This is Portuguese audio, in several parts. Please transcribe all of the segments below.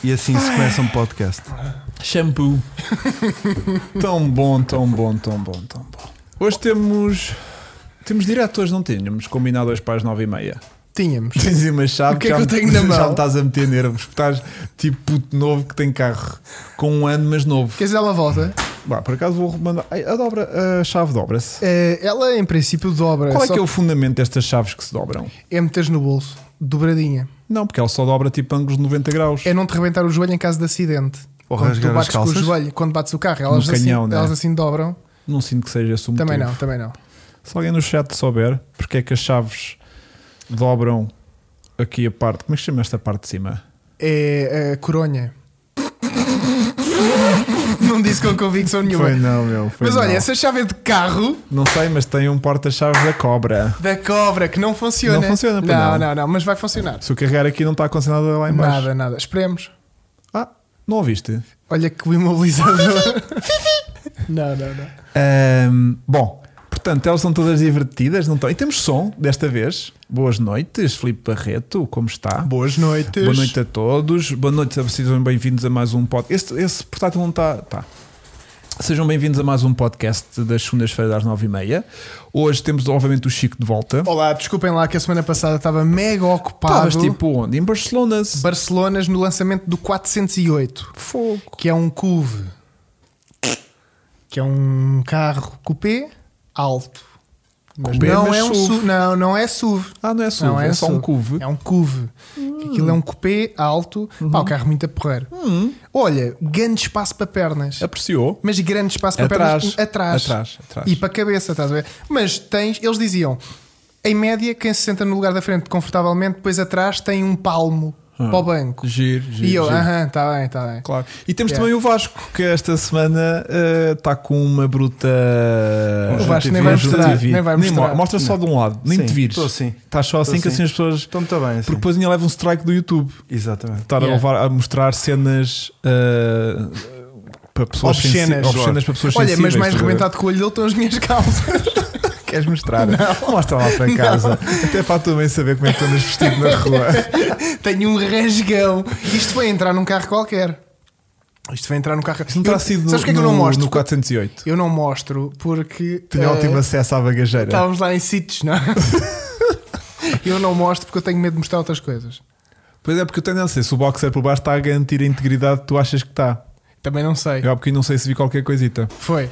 E assim se começa um podcast. Shampoo. Tão bom, tão bom, tão bom, tão bom. Hoje temos diretores, não tínhamos combinado hoje para as 9h30. Tínhamos. Tens aí uma chave. O que é que eu tenho na mão? Já me estás a meter nervos. Estás tipo puto novo que tem carro com um ano, mas novo. Queres dar uma volta? Bah, por acaso vou mandar. A chave dobra-se. Ela em princípio dobra. Qual é que é o fundamento destas chaves que se dobram? É meteres no bolso, dobradinha. Não, porque ela só dobra tipo ângulos de 90 graus. É não te rebentar o joelho em caso de acidente. Ou Quando rasgar tu bates as calças? com o joelho, quando bates o carro, elas, No assim, canhão, né? elas assim dobram. Não sinto que seja esse o motivo. Também não. Se alguém no chat souber porque é que as chaves dobram aqui a parte. Como é que se chama esta parte de cima? É a coronha. Não disse com convicção nenhuma. Foi não, meu. Foi Mas não. olha, essa chave é de carro Não sei, mas tem um porta-chaves da cobra. da cobra que não funciona. Não funciona, pois não, mas vai funcionar. Se eu carregar aqui não está a acontecer nada lá em baixo. Nada. Esperemos. Ah, não ouviste? Olha que o imobilizador. Não. Bom, portanto, elas estão todas divertidas, não estão? E temos som desta vez. Boas noites, Filipe Barreto, como está? Boas noites. Boa noite a todos. Boa noite, sejam bem-vindos a mais um podcast. Esse portátil não está. Tá. Sejam bem-vindos a mais um podcast das segundas-feiras às 9h30. Hoje temos, obviamente, o Chico de volta. Olá, desculpem lá que a semana passada estava mega ocupado. Estavas tipo onde? Em Barcelona. Barcelonas no lançamento do 408, Fogo. que é um CUV, que é um carro coupé alto. Mas Coupé, não mas é um SUV. SUV. Não é SUV. Ah, não é SUV, Não é só um SUV. cuve. É um CUV. Aquilo é um coupé alto. Pá, o carro muito a porreiro. Olha, grande espaço para pernas. Apreciou? Mas grande espaço para pernas atrás. E para a cabeça, estás a ver? Mas eles diziam, em média, quem se senta no lugar da frente confortavelmente, depois atrás tem um palmo para o banco. Giro. E eu, está bem. Claro. E temos Yeah. também o Vasco, que esta semana está com uma bruta. O Vasco nem vai mostrar. Mostra só de um lado, nem Sim, te vires. estou assim. Estás só assim Estou que assim as pessoas. Estou muito bem, assim. Porque depois ainda leva um strike do YouTube. Exatamente. Estar Yeah. a levar a mostrar cenas para pessoas Obscenas. obscenas para pessoas Olha, sensíveis. mas mais estás a ver? arrebentado que o olho dele estão as minhas calças. Queres mostrar? Mostra lá para casa. Até para a tua mãe saber como é que tu andas vestido na rua. Tenho um rasgão. Isto foi entrar num carro qualquer. Isto não terá sido Sabes o que é que eu não mostro? no 408. Eu não mostro porque Tinha ótimo acesso à bagageira. estávamos lá em sítios, não é? Eu não mostro porque eu tenho medo de mostrar outras coisas. Pois é, porque eu tenho a sei se o boxer por baixo está a garantir a integridade que tu achas que está. Também não sei. Eu há bocadinho não sei se vi qualquer coisita. Foi.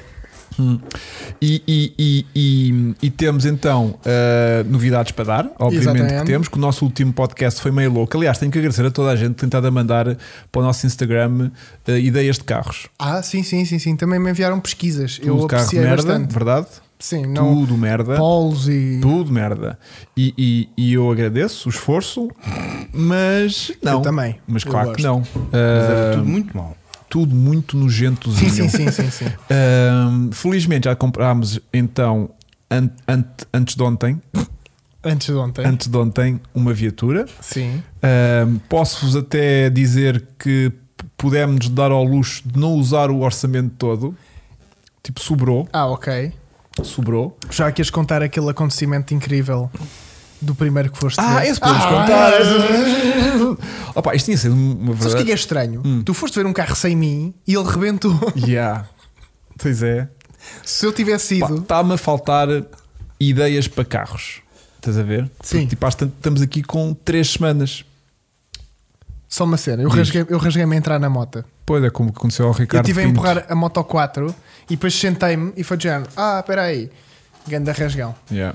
E temos então novidades para dar. Obviamente Exatamente. que temos, que o nosso último podcast foi meio louco. Aliás, tenho que agradecer a toda a gente que tentado a mandar para o nosso Instagram ideias de carros. Sim. Também me enviaram pesquisas. Eu Tudo carro apreciei merda, bastante. verdade? Sim, não. Tudo merda. Polos e. Tudo merda. E eu agradeço o esforço, mas não. Eu também. Mas Eu claro gosto. que não. Mas era tudo muito mal. Tudo muito nojentozinho. Sim. Felizmente já comprámos então antes de ontem Antes de ontem. uma viatura. Sim. Posso-vos até dizer que pudemos dar ao luxo de não usar o orçamento todo. Tipo, sobrou. Ok. Já queres contar aquele acontecimento incrível do primeiro que foste ver? Esse podemos contar. Opa, isto tinha sido uma Sabes o verdade. que é estranho? Tu foste ver um carro sem mim e ele rebentou. Yeah. Pois é. Se eu tivesse ido. Está-me a faltar ideias para carros. Estás a ver? Sim. Porque, tipo, às tantas estamos aqui com 3 semanas. Só uma cena. Eu Diz. rasguei-me a entrar na moto. Pois é, como aconteceu ao Eu Ricardo. estive a Pinto. empurrar a Moto 4 e depois sentei-me e foi de género. Espera aí. Ganda rasgão. Yeah.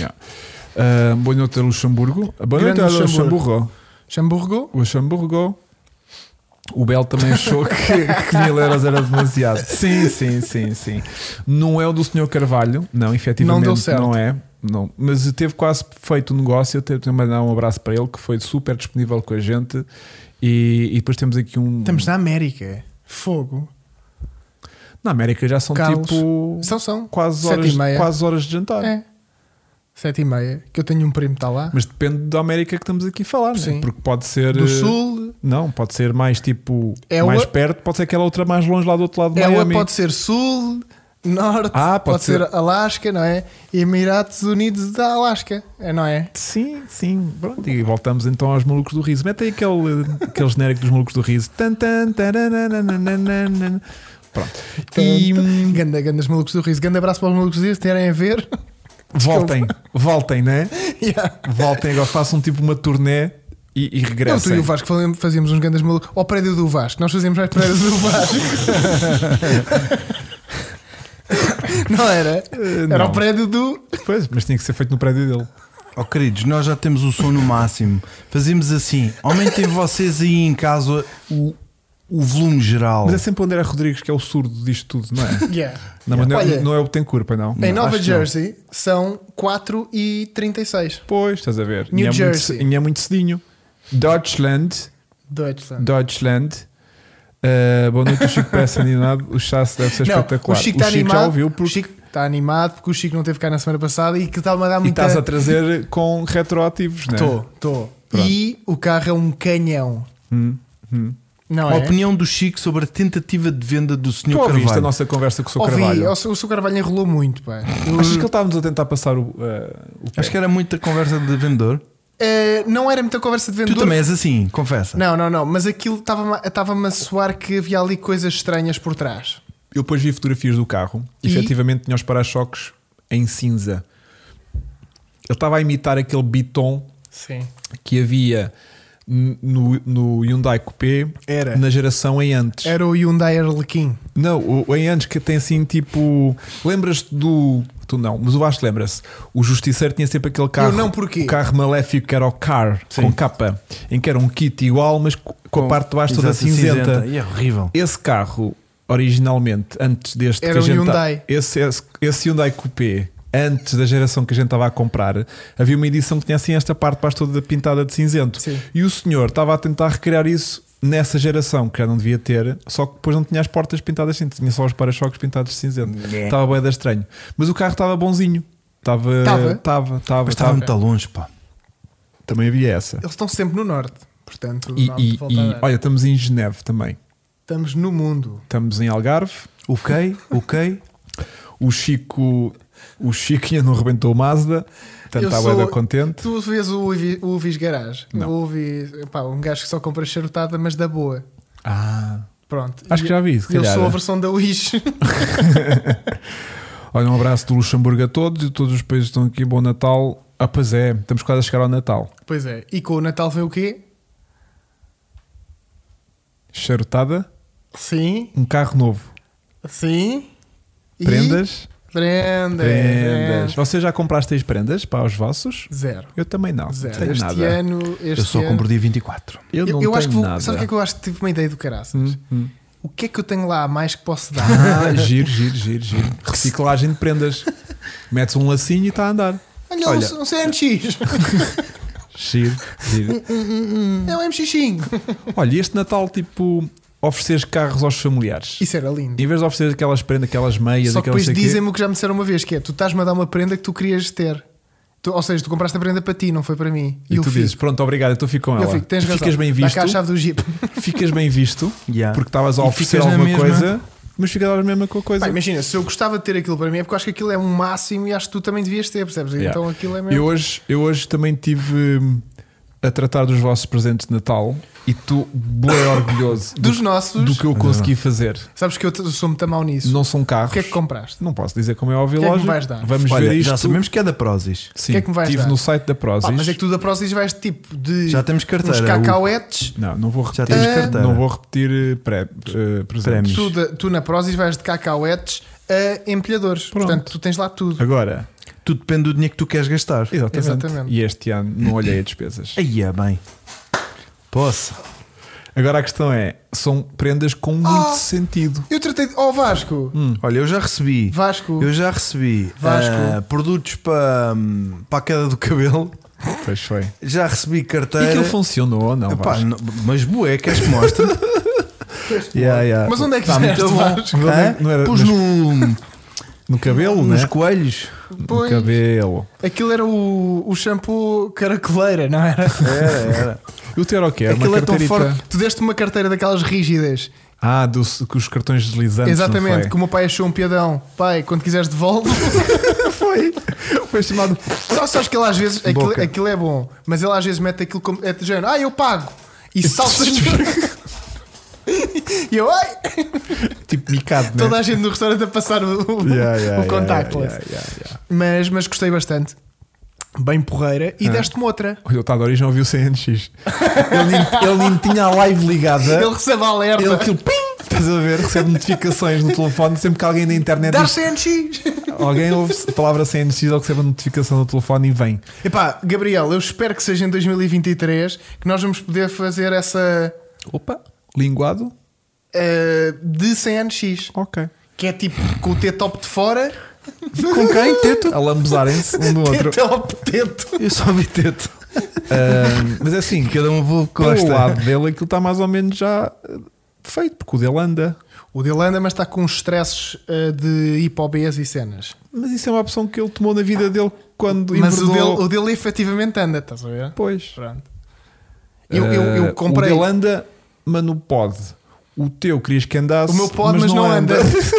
Boa noite a Luxemburgo. Boa noite Grande a Luxemburgo. Luxemburgo. Xamburgo? Luxemburgo. O Bel também achou que 1.000€ era demasiado. Sim. Não é o do Sr. Carvalho. Não, efetivamente Não deu certo. não é. Não. Mas teve quase feito o negócio. Eu tenho que mandar um abraço para ele, que foi super disponível com a gente. E depois temos aqui um. Estamos na América. Fogo. Na América já são Carlos. tipo. São Quase 7h30. quase horas de jantar. É. 7h30. Que eu tenho um primo que está lá. Mas depende da América que estamos aqui a falar, Sim. né? Porque pode ser. Do Sul. Não, pode ser mais tipo. Ela- mais perto, pode ser aquela outra mais longe lá do outro lado de Ela Miami. pode ser Sul, Norte, pode ser Alasca, não é? Emirados Unidos da Alasca, não é? Sim. Pronto, e voltamos então aos Malucos do Riso. Mete aí aquele genérico dos Malucos do Riso. Pronto. E gandas Malucos do Riso. Grande abraço para os Malucos do Riso, se terem a ver. Voltem, né? Yeah. Voltem agora, façam tipo uma turnê e regressem. Tu e o Vasco fazíamos uns grandes malucos ao prédio do Vasco. Nós fazíamos mais prédios do Vasco. Não era? Era o prédio do. Pois, mas tinha que ser feito no prédio dele. Oh, queridos, nós já temos o som no máximo. Fazemos assim: aumentem vocês aí em casa o volume geral. Mas é sempre o André Rodrigues que é o surdo disto tudo, não é? Yeah. Não, mas não é o Betancourt, não. Em Nova Jersey são 4h36. Pois, estás a ver. New Jersey. É muito cedinho. Deutschland. Boa noite, o Chico parece animado. O chasse deve ser espetacular. O Chico está animado. Já ouviu porque... O Chico está animado porque o Chico não teve cá na semana passada e que estava a dar muita... E estás a trazer com retroativos, não é? Estou. E o carro é um canhão. Não a opinião do Chico sobre a tentativa de venda do Sr. Carvalho. Ouviste a nossa conversa com o Sr. Carvalho? O Sr. Carvalho enrolou muito, pá. Achas que ele estava-nos a tentar passar o Acho que era muita conversa de vendedor. Não era muita conversa de vendedor. Tu também és assim, confessa. Não, mas aquilo estava-me a soar que havia ali coisas estranhas por trás. Eu depois vi fotografias do carro e efetivamente tinha os para-choques em cinza. Ele estava a imitar aquele biton que havia no Hyundai Coupé na geração em antes. Era o Hyundai Arlequim. Não, o em antes que tem assim tipo... Lembras-te do... Tu não, mas o Vasco lembra-se. O Justiceiro tinha sempre aquele carro. Eu não, porquê? O carro maléfico que era o Car, com capa, em que era um kit igual, mas com a parte de baixo toda cinzenta. E é horrível. Esse carro, originalmente, antes deste era que a gente Hyundai. Esse Hyundai Coupé, antes da geração que a gente estava a comprar, havia uma edição que tinha assim esta parte de baixo toda pintada de cinzento. Sim. E o senhor estava a tentar recriar isso nessa geração, que já não devia ter, só que depois não tinha as portas pintadas assim, tinha só os para-choques pintados de cinzento. Estava bué da estranho. Mas o carro estava bonzinho. Estava muito longe, pá. Também havia essa. Eles estão sempre no norte, portanto, olha, estamos em Geneve também. Estamos no mundo. Estamos em Algarve. Ok. O Chico ainda não rebentou o Mazda. Portanto, está bué contente. Tu vês o Uvis Garage. Não. Um gajo que só compra charutada, mas da boa. Pronto. Acho que já vi. Eu sou a versão da Wish. Olha, um abraço do Luxemburgo a todos e todos os países que estão aqui. Bom Natal. Pois é, estamos quase a chegar ao Natal. Pois é. E com o Natal vem o quê? Charutada. Sim. Um carro novo. Sim. Prendas. Prendas. Vocês já compraste as prendas para os vossos? Zero. Eu também não. Zero. Tenho este nada. ano. Eu só compro dia 24. Eu não tenho acho que nada. Sabe o que é que eu acho que tive uma ideia do caraças? O que é que eu tenho lá a mais que posso dar? Giro. Reciclagem de prendas. Metes um lacinho e está a andar. Olha. Um CNX. Giro. É um MXinho. Olha, este Natal, tipo, ofereces carros aos familiares. Isso era lindo. Em vez de oferecer aquelas prendas, aquelas meias, só que depois dizem-me o que já me disseram uma vez, que é: tu estás-me a dar uma prenda que tu querias ter. Ou seja, tu compraste a prenda para ti, não foi para mim. E tu dizes: pronto, obrigado, então fico com ela. Tens razão. Ficas bem visto. Dá cá a chave do Jeep. Ficas bem visto, porque estavas a oferecer alguma coisa, mas ficas a mesma coisa. Imagina, se eu gostava de ter aquilo para mim é porque eu acho que aquilo é um máximo e acho que tu também devias ter, percebes? Então aquilo é mesmo. Eu hoje também tive a tratar dos vossos presentes de Natal e tu, bué orgulhoso dos nossos, do que eu consegui fazer. Sabes que eu sou muito mau nisso. Não são carros. O que é que compraste? Não posso dizer como é óbvio. O que é que me vais dar? Vamos ver isto. Já sabemos que é da Prozis. Sim, o que é que me vais estive dar? no site da Prozis. Mas é que tu da Prozis vais tipo de. Já temos carteira. Uns cacauetes. Não vou repetir. Já temos carteira. Não vou repetir prémios. Tu na Prozis vais de cacauetes a empilhadores. Pronto. Portanto, tu tens lá tudo. Agora, tudo depende do dinheiro que tu queres gastar. Exatamente. E este ano não olhei a despesas. Aí é bem. Posso. Agora a questão é: são prendas com muito sentido. Eu tratei de. Vasco! Olha, eu já recebi. Vasco! Produtos para a queda do cabelo. Pois foi. Já recebi carteira. E aquilo funcionou ou não? Epá, mas bué, queres que mostre? Mas onde é que está muito bom? Pus no cabelo, nos coelhos. No cabelo. Aquilo era o shampoo caracoleira, não era? Era. E o teu era o quê? Era aquilo uma é tão carteirita. forte. Tu deste uma carteira daquelas rígidas Com os cartões deslizantes. Exatamente, que o meu pai achou um piadão. Pai, quando quiseres devolve. Foi chamado. Só que ele às vezes, aquilo é bom, mas ele às vezes mete aquilo como. É de género, eu pago. E salta. E eu, ai! Tipo micado, né? Toda a gente no restaurante a passar o contactless. Mas gostei bastante. Bem porreira. E deste-me outra. O Está de Origem ouviu o CNX. Ele nem tinha a live ligada. Ele recebe a alerta. Ele aquilo, pim! Estás a ver? Recebe notificações no telefone sempre que alguém na internet. Dar CNX! Alguém ouve a palavra CNX, ele recebe a notificação no telefone e vem. Epá, Gabriel, eu espero que seja em 2023 que nós vamos poder fazer essa. Linguado? De CNX. Ok. Que é tipo com o T-top de fora. Com quem? Teto? A lambuzarem-se um do outro. Teto. Eu só vi teto. Mas é assim, cada um vou com o lado dele aquilo está mais ou menos já feito, porque o dele anda. O dele anda, mas está com uns stresses de hipobese e cenas. Mas isso é uma opção que ele tomou na vida dele quando mas o dele efetivamente anda, estás a ver? Pois. Pronto. Eu comprei. O dele anda, mas não pode. O teu querias que andasse. O meu pode, mas não anda.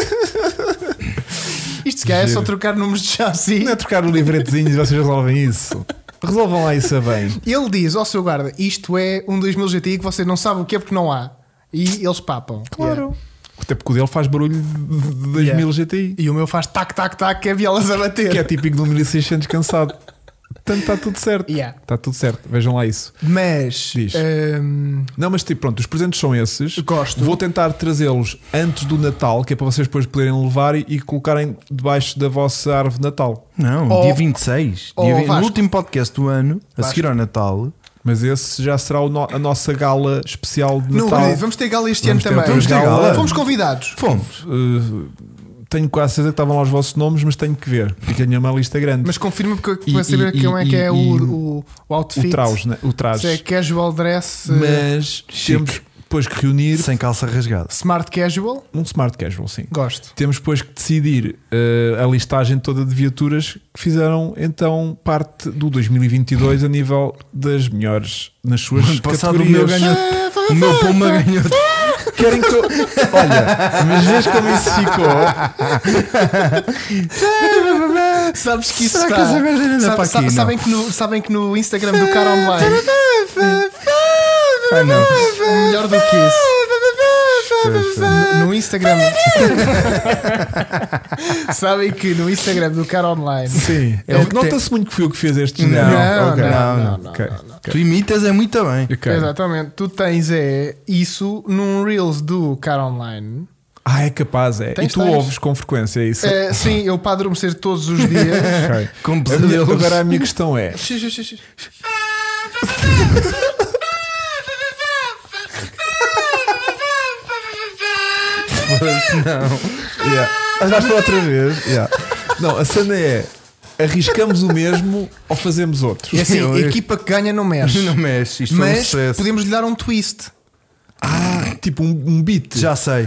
Isto se calhar é só trocar números de chassi. Não é trocar o livretezinho e vocês resolvem isso. Resolvam lá isso bem. Ele diz ao seu guarda: isto é um 2000 GTI que você não sabe o que é porque não há. E eles papam. Claro. Até porque o dele faz barulho de 2000 GTI. E o meu faz tac, tac, tac, que é violas a bater. Que é típico do 1600 cansado. Portanto, está tudo certo. Está tudo certo. Vejam lá isso. Mas não, mas tipo, pronto, os presentes são esses. Gosto. Vou tentar trazê-los antes do Natal, que é para vocês depois poderem levar e colocarem debaixo da vossa árvore de Natal. Não, dia 26. No último podcast do ano, a seguir ao Natal. Mas esse já será a nossa gala especial de Natal. Não, vamos ter gala este ano também. Vamos ter gala. Fomos convidados. Fomos. Tenho quase certeza que estavam lá os vossos nomes, mas tenho que ver. Porque tinha uma lista grande. Mas confirma para saber como é que é o outfit. O traje. Se é casual dress. Mas temos depois que reunir. Sem calça rasgada. Smart casual? Um smart casual, sim. Gosto. Temos depois que decidir a listagem toda de viaturas que fizeram então parte do 2022 a nível das melhores nas suas categorias. O meu Puma ganhou. Querem que eu... Olha, mas vês como isso ficou? Sabes que isso está... Sabem que no Instagram do Car Online melhor do que isso. No Instagram sabem que no Instagram do Car Online nota-se muito que fui eu que fiz este. Não. Tu imitas muito bem. Exatamente. Tu tens isso num Reels do Car Online. É capaz, é. E tu ouves com frequência, é isso? Sim, eu para adormecer todos os dias. Com pesadelos. Agora a minha questão é não. Vais para outra vez. Não, a cena é: arriscamos o mesmo ou fazemos outro? E assim, a equipa que ganha não mexe. Não mexe. Isto mas podemos lhe dar um twist. Tipo um beat. Já sei.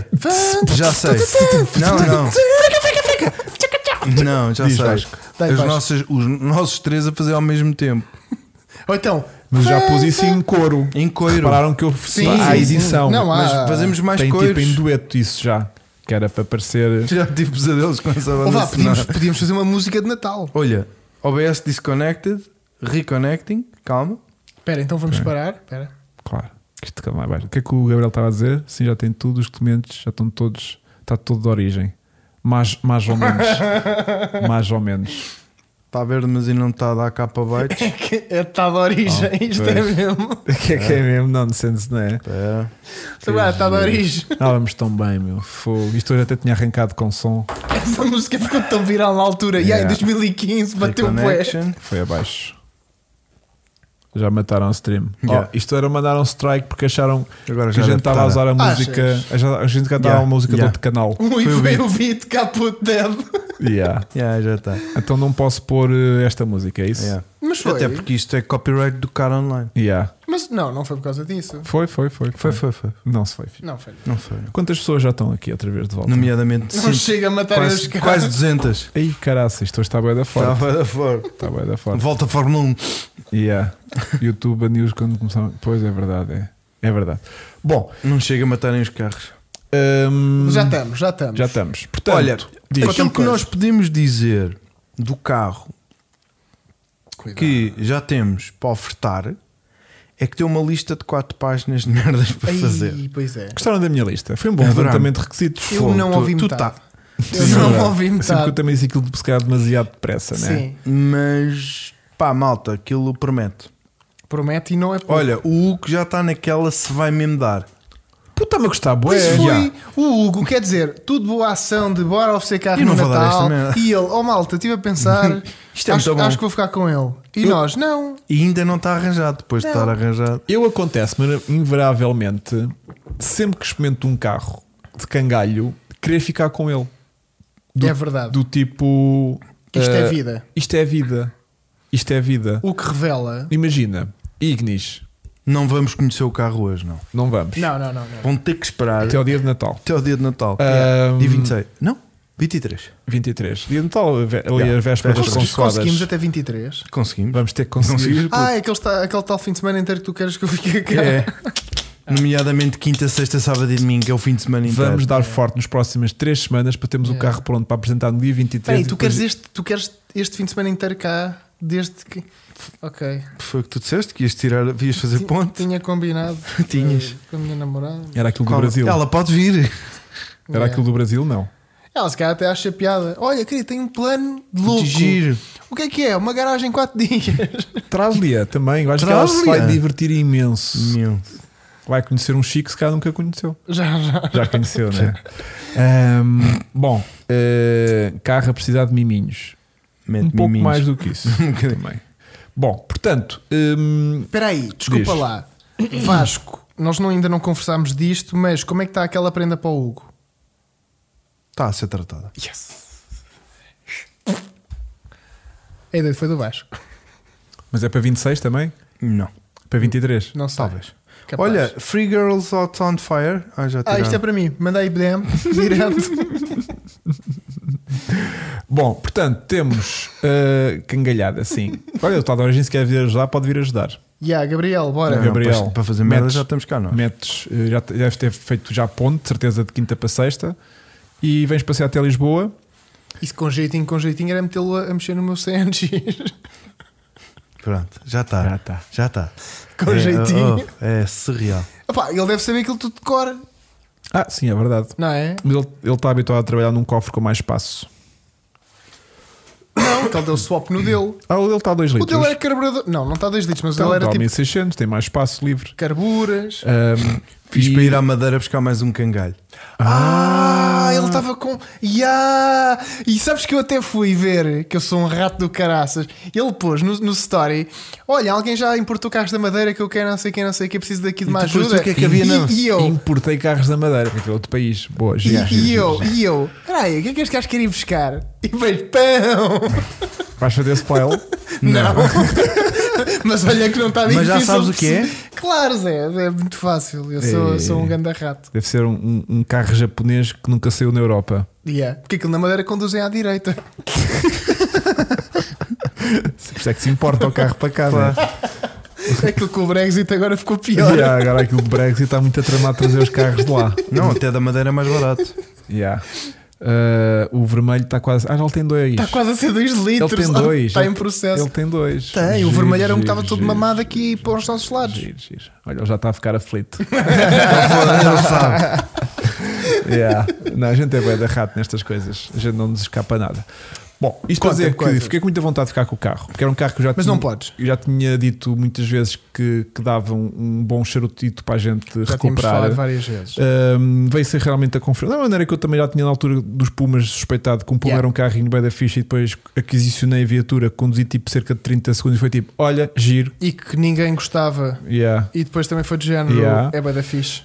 Não, já sei. Os nossos três a fazer ao mesmo tempo. Ou então. Mas já pus isso em coro. Repararam que eu fiz a edição. Não, mas fazemos mais tem coros. Tipo em dueto isso já. Que era para parecer. Já tive pesadelos com essa banda. Podíamos fazer uma música de Natal. Olha, OBS disconnected, reconnecting, calma. Espera, então vamos parar. Espera. Claro. Isto fica mais baixo. O que é que o Gabriel estava a dizer? Sim, já tem tudo, os documentos já estão todos. Está tudo de origem. Mais ou menos. Mais ou menos. Está verde, mas ainda não está a dar capa bytes. Está de origem, isto é mesmo. Que é mesmo? Não, sense, não é? Está de origem. Estávamos tão bem, meu. Isto hoje até tinha arrancado com som. Essa música ficou tão viral na altura. E aí, em 2015 bateu o bué. Foi abaixo. Já mataram o stream. Isto era mandar um strike porque acharam que a gente estava a usar a música. A gente cantava a música do outro canal. Foi o beat Caput Dead. Já está. Então não posso pôr esta música, é isso? Mas foi. Até porque isto é copyright do Car Online. Mas não foi por causa disso. Foi. Não se foi. Não foi. Quantas pessoas já estão aqui outra vez de volta? Nomeadamente não chega a matar quase 200. Ei, caraça, isto hoje está bem da forte. Está bem da forte. Volta a Fórmula 1. YouTube, a news quando começaram. Pois é verdade, é verdade. Bom, não chega a matarem os carros. Já estamos. Portanto, olha, aquilo que nós podemos dizer do carro que já temos para ofertar é que tem uma lista de 4 páginas de merdas para fazer. Pois é. Gostaram da minha lista? Foi um bom levantamento de requisitos. Eu não ouvi metade. Eu não ouvi metade. Sempre que eu também disse aquilo de buscar demasiado depressa, né? Sim. Mas pá, malta, aquilo promete. Promete e não é pouco. Olha, o Hugo já está naquela se vai mesmo dar. Puta-me a gostar, bué. Isso foi o Hugo, quer dizer, tudo boa ação de bora oferecer carro no Natal. E ele, malta, estive a pensar, acho que vou ficar com ele. E nós, não. E ainda não está arranjado, depois de estar arranjado. Acontece-me invariavelmente, sempre que experimento um carro de cangalho, querer ficar com ele. É verdade. Do tipo... Isto é vida. Isto é vida. O que revela... Imagina, Ignis... Não vamos conhecer o carro hoje, não. Não vamos. Não. Vão ter que esperar até ao dia de Natal. Dia 26. Não? 23. Dia de Natal, ali as vésperas consoadas. Conseguimos até 23. Conseguimos. Vamos ter que conseguir. Aquele tal fim de semana inteiro que tu queres que eu fique cá. É. Nomeadamente quinta, sexta, sábado e domingo, é o fim de semana inteiro. Vamos dar forte nas próximas 3 semanas para termos o carro pronto para apresentar no dia 23. Peraí, tu queres este fim de semana inteiro cá desde que... Ok. Foi o que tu disseste que ias fazer ponte? Tinha combinado. Tinhas. Com a minha namorada. Era aquilo do Brasil. Ela pode vir. Era aquilo do Brasil, não. Ela se calhar até acha piada. Olha, querido, tenho um plano de louco. Giro. O que é? Uma garagem em 4 dias. Traz-lhe também. Acho que ela se vai divertir imenso. Vai conhecer um Chico que se calhar nunca conheceu. Já conheceu, né? Bom, carro a precisar de miminhos. Pouco mais do que isso. Também. Bom, portanto... Espera aí, desculpa lá. Vasco, nós ainda não conversámos disto, mas como é que está aquela prenda para o Hugo? Está a ser tratada. Yes! A ideia foi do Vasco. Mas é para 26 também? Não. Para 23? Não sei. Talvez. Capaz. Olha, Free Girls Out on Fire. Isto é para mim. Manda aí DM direto. Bom, portanto, temos cangalhada, sim. Olha, o tal da origem, se quer vir ajudar, pode vir ajudar. Gabriel, bora. Gabriel, para fazer merda já estamos cá, nós. Já deves ter feito já ponte, de certeza, de quinta para sexta. E vens passear até Lisboa. Isso com jeitinho era metê-lo a mexer no meu CNG. Está. Já está. Com jeitinho. É surreal. Opa, ele deve saber aquilo tudo de cor. Sim, é verdade. Não é? Mas ele está habituado a trabalhar num cofre com mais espaço. Não, ele deu swap no dele. O dele está a 2 litros. O dele era carburador. Não está a 2 litros, mas o dele era tipo 1600, tem mais espaço livre. Carburas. Fiz para ir à Madeira buscar mais um cangalho. Ele estava com. E sabes que eu até fui ver, que eu sou um rato do caraças. Ele pôs no story: olha, alguém já importou carros da Madeira que eu quero, não sei o que, preciso daqui de uma ajuda. O que é que havia, não? E eu importei carros da Madeira, que é outro país. Boa, e eu, peraí, o que é que este gajo quer ir buscar? E vejo, pão! Vais fazer spoil? Não. Mas olha que não está difícil. Mas já sabes o que é? Claro, Zé, é muito fácil. Eu sou um ganda rato. Deve ser um carro japonês que nunca saiu na Europa. Porque aquilo na Madeira conduzem à direita. Por isso é que se importa o carro para cá. Claro. Aquilo com o Brexit agora ficou pior. Agora aquilo do Brexit está muito a tramar a trazer os carros de lá. Não, até da Madeira é mais barato. O vermelho está quase. Ele tem 2. Está quase a ser 2 litros. Ele tem 2. Está em processo. Ele tem 2. Tem. O vermelho era um que estava todo mamado aqui para os nossos lados. Giro. Olha, ele já está a ficar aflito. Ele sabe. Não, a gente é bué da rato nestas coisas. A gente não nos escapa nada. Bom, isto para dizer que fiquei com muita vontade de ficar com o carro, porque era um carro que eu já Mas tinha, não podes. Eu já tinha dito muitas vezes que dava um bom charutito para a gente já recuperar. Várias vezes. Veio ser realmente a confirmar. Da maneira que eu também já tinha na altura dos Pumas suspeitado que um Puma era um carrinho bem da ficha, e depois aquisicionei a viatura, conduzi tipo cerca de 30 segundos e foi tipo, olha, giro. E que ninguém gostava. E depois também foi de género, é bem da ficha.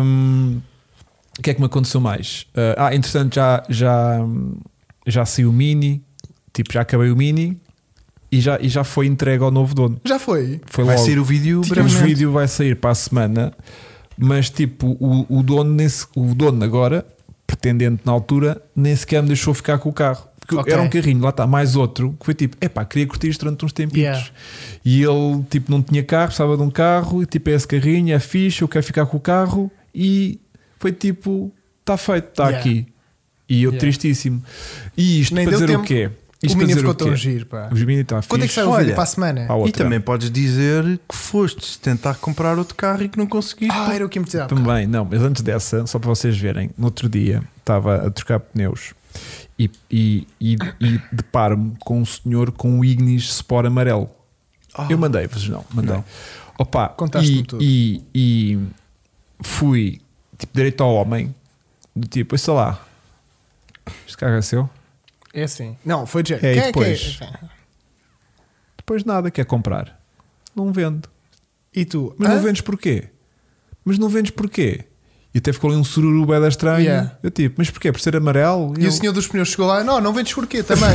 O que é que me aconteceu mais? Entretanto já saiu o Mini, tipo, já acabei o Mini e já foi entregue ao novo dono. Já foi? Vai sair o vídeo brevemente. O vídeo vai sair para a semana, mas tipo, o dono agora, pretendente na altura, nem sequer me deixou ficar com o carro. Porque era um carrinho, lá está, mais outro, que foi tipo, queria curtir isto durante uns tempitos. E ele, tipo, não tinha carro, precisava de um carro, e tipo, esse carrinho é fixe, eu quero ficar com o carro, e foi tipo, está feito, está aqui. E eu tristíssimo. E isto nem para dizer tempo. o quê? Isto O Mini ficou tão giro, pá. Os Mini está Quando é que sai o vídeo? Para a semana? E também podes dizer que foste tentar comprar outro carro e que não conseguiste. Era o que me dizia. Também, não, mas antes dessa, só para vocês verem, no outro dia estava a trocar pneus e deparo-me com um senhor com um Ignis Sport amarelo. Eu mandei-vos, mandei. Não. Opa, Contaste-me tudo. E fui tipo, direito ao homem, do tipo, sei lá, este carro é seu? É assim. Não, foi de É, e depois? Depois nada, quer comprar. Não vendo. E tu? Mas não vendes porquê? E até ficou ali um sururu bem estranho. Yeah. Eu tipo, mas porquê? Por ser amarelo? E o senhor dos pneus chegou lá, não vendes porquê também.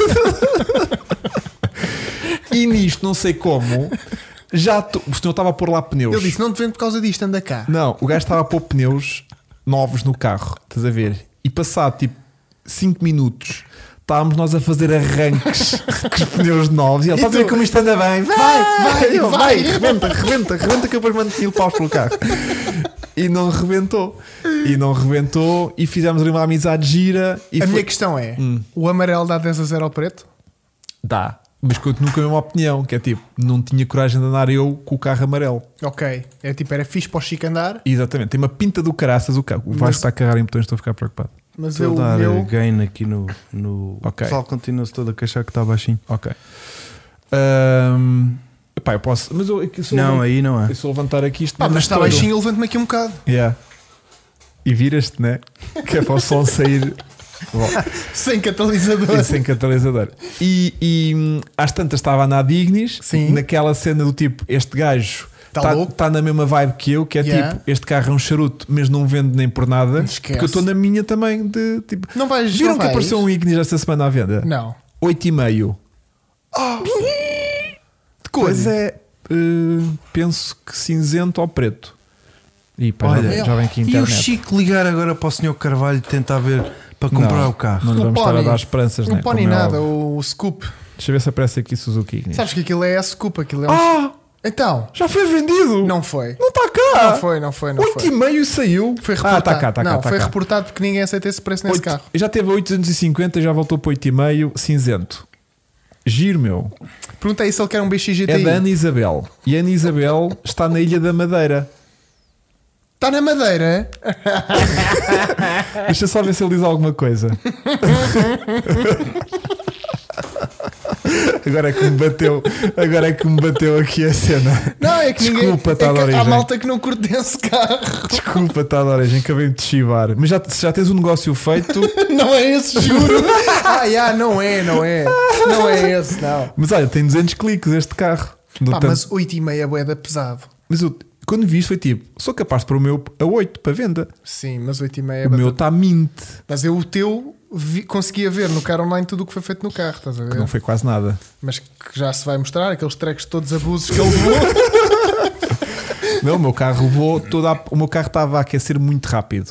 E nisto, não sei como, o senhor estava a pôr lá pneus. Ele disse, não te vendo por causa disto, anda cá. Não, o gajo estava a pôr pneus novos no carro, estás a ver? E passado tipo 5 minutos, estávamos nós a fazer arranques com os pneus novos. E ele, estás a ver como isto anda bem? Vai, rebenta, que eu depois mando 1000 paus pelo carro. E não rebentou. E fizemos ali uma amizade gira. E a minha questão é: o amarelo dá 10-0 ao preto? Dá. Mas continuo com a mesma opinião, que é tipo, não tinha coragem de andar eu com o carro amarelo. Ok. É tipo, era fixe para o Chico andar. Exatamente, tem uma pinta do caraças o carro. O Vasco está a carregar em botões, estou a ficar preocupado. Mas estou a dar gain aqui no... Okay. O pessoal continua-se todo a queixar que está baixinho. Ok. Epá, eu posso... Mas eu aí não é. Eu sou levantar aqui isto... mas está baixinho, eu levanto-me aqui um bocado. Yeah. E viras-te, né? Que é para o som sair... Bom, sem catalisador. Sem catalisador. E às tantas estava a andar de Ignis. Sim. Naquela cena do tipo, este gajo está na mesma vibe que eu, que é tipo, este carro é um charuto, mas não vendo nem por nada. Esquece. Porque eu estou na minha também de tipo. Não vais, viram não que vais. apareceu um Ignis esta semana à venda? Não. 8,5. De cor? Pois é, penso que cinzento ou preto. E pá, olha, já vem aqui a e internet. o Chico ligar agora para o Sr. Carvalho tentar ver para comprar o carro. Não lhe vamos estar a dar esperanças, não né? pode nada, o Scoop. Deixa eu ver se aparece aqui Suzuki Ignis. Sabes que aquilo é a Scoop, aquilo é um... Então, já foi vendido? não foi. Não está cá. Não foi. 8,5 saiu. Foi reportado. Tá foi cá. reportado porque ninguém aceita esse preço nesse carro. Já teve 850, já voltou para 8,5 cinzento. Giro, meu. Perguntei se ele quer um BXGTI. É da Ana Isabel. E a Ana Isabel está na Ilha da Madeira. Está na Madeira? Deixa só ver se ele diz alguma coisa. Agora é que me bateu aqui a cena. Não, é que desculpa, ninguém. Tá de origem. Há malta que não curte esse carro. Desculpa, está de origem, acabei de chivar. Mas já tens um negócio feito. Não é esse, juro. Não é. Não é esse, não. Mas olha, tem 200 cliques este carro. Mas 8,5 é bué pesado. Mas eu, quando vi isto foi tipo, sou capaz de pôr o meu a 8 para venda. Sim, mas 8,5 é o meu está mint. Mas eu o teu conseguia ver no Car Online tudo o que foi feito no carro, estás a ver? Que não foi quase nada. Mas que já se vai mostrar, aqueles tracks todos abusos que ele levou. Não, o meu carro levou o meu carro estava a aquecer muito rápido.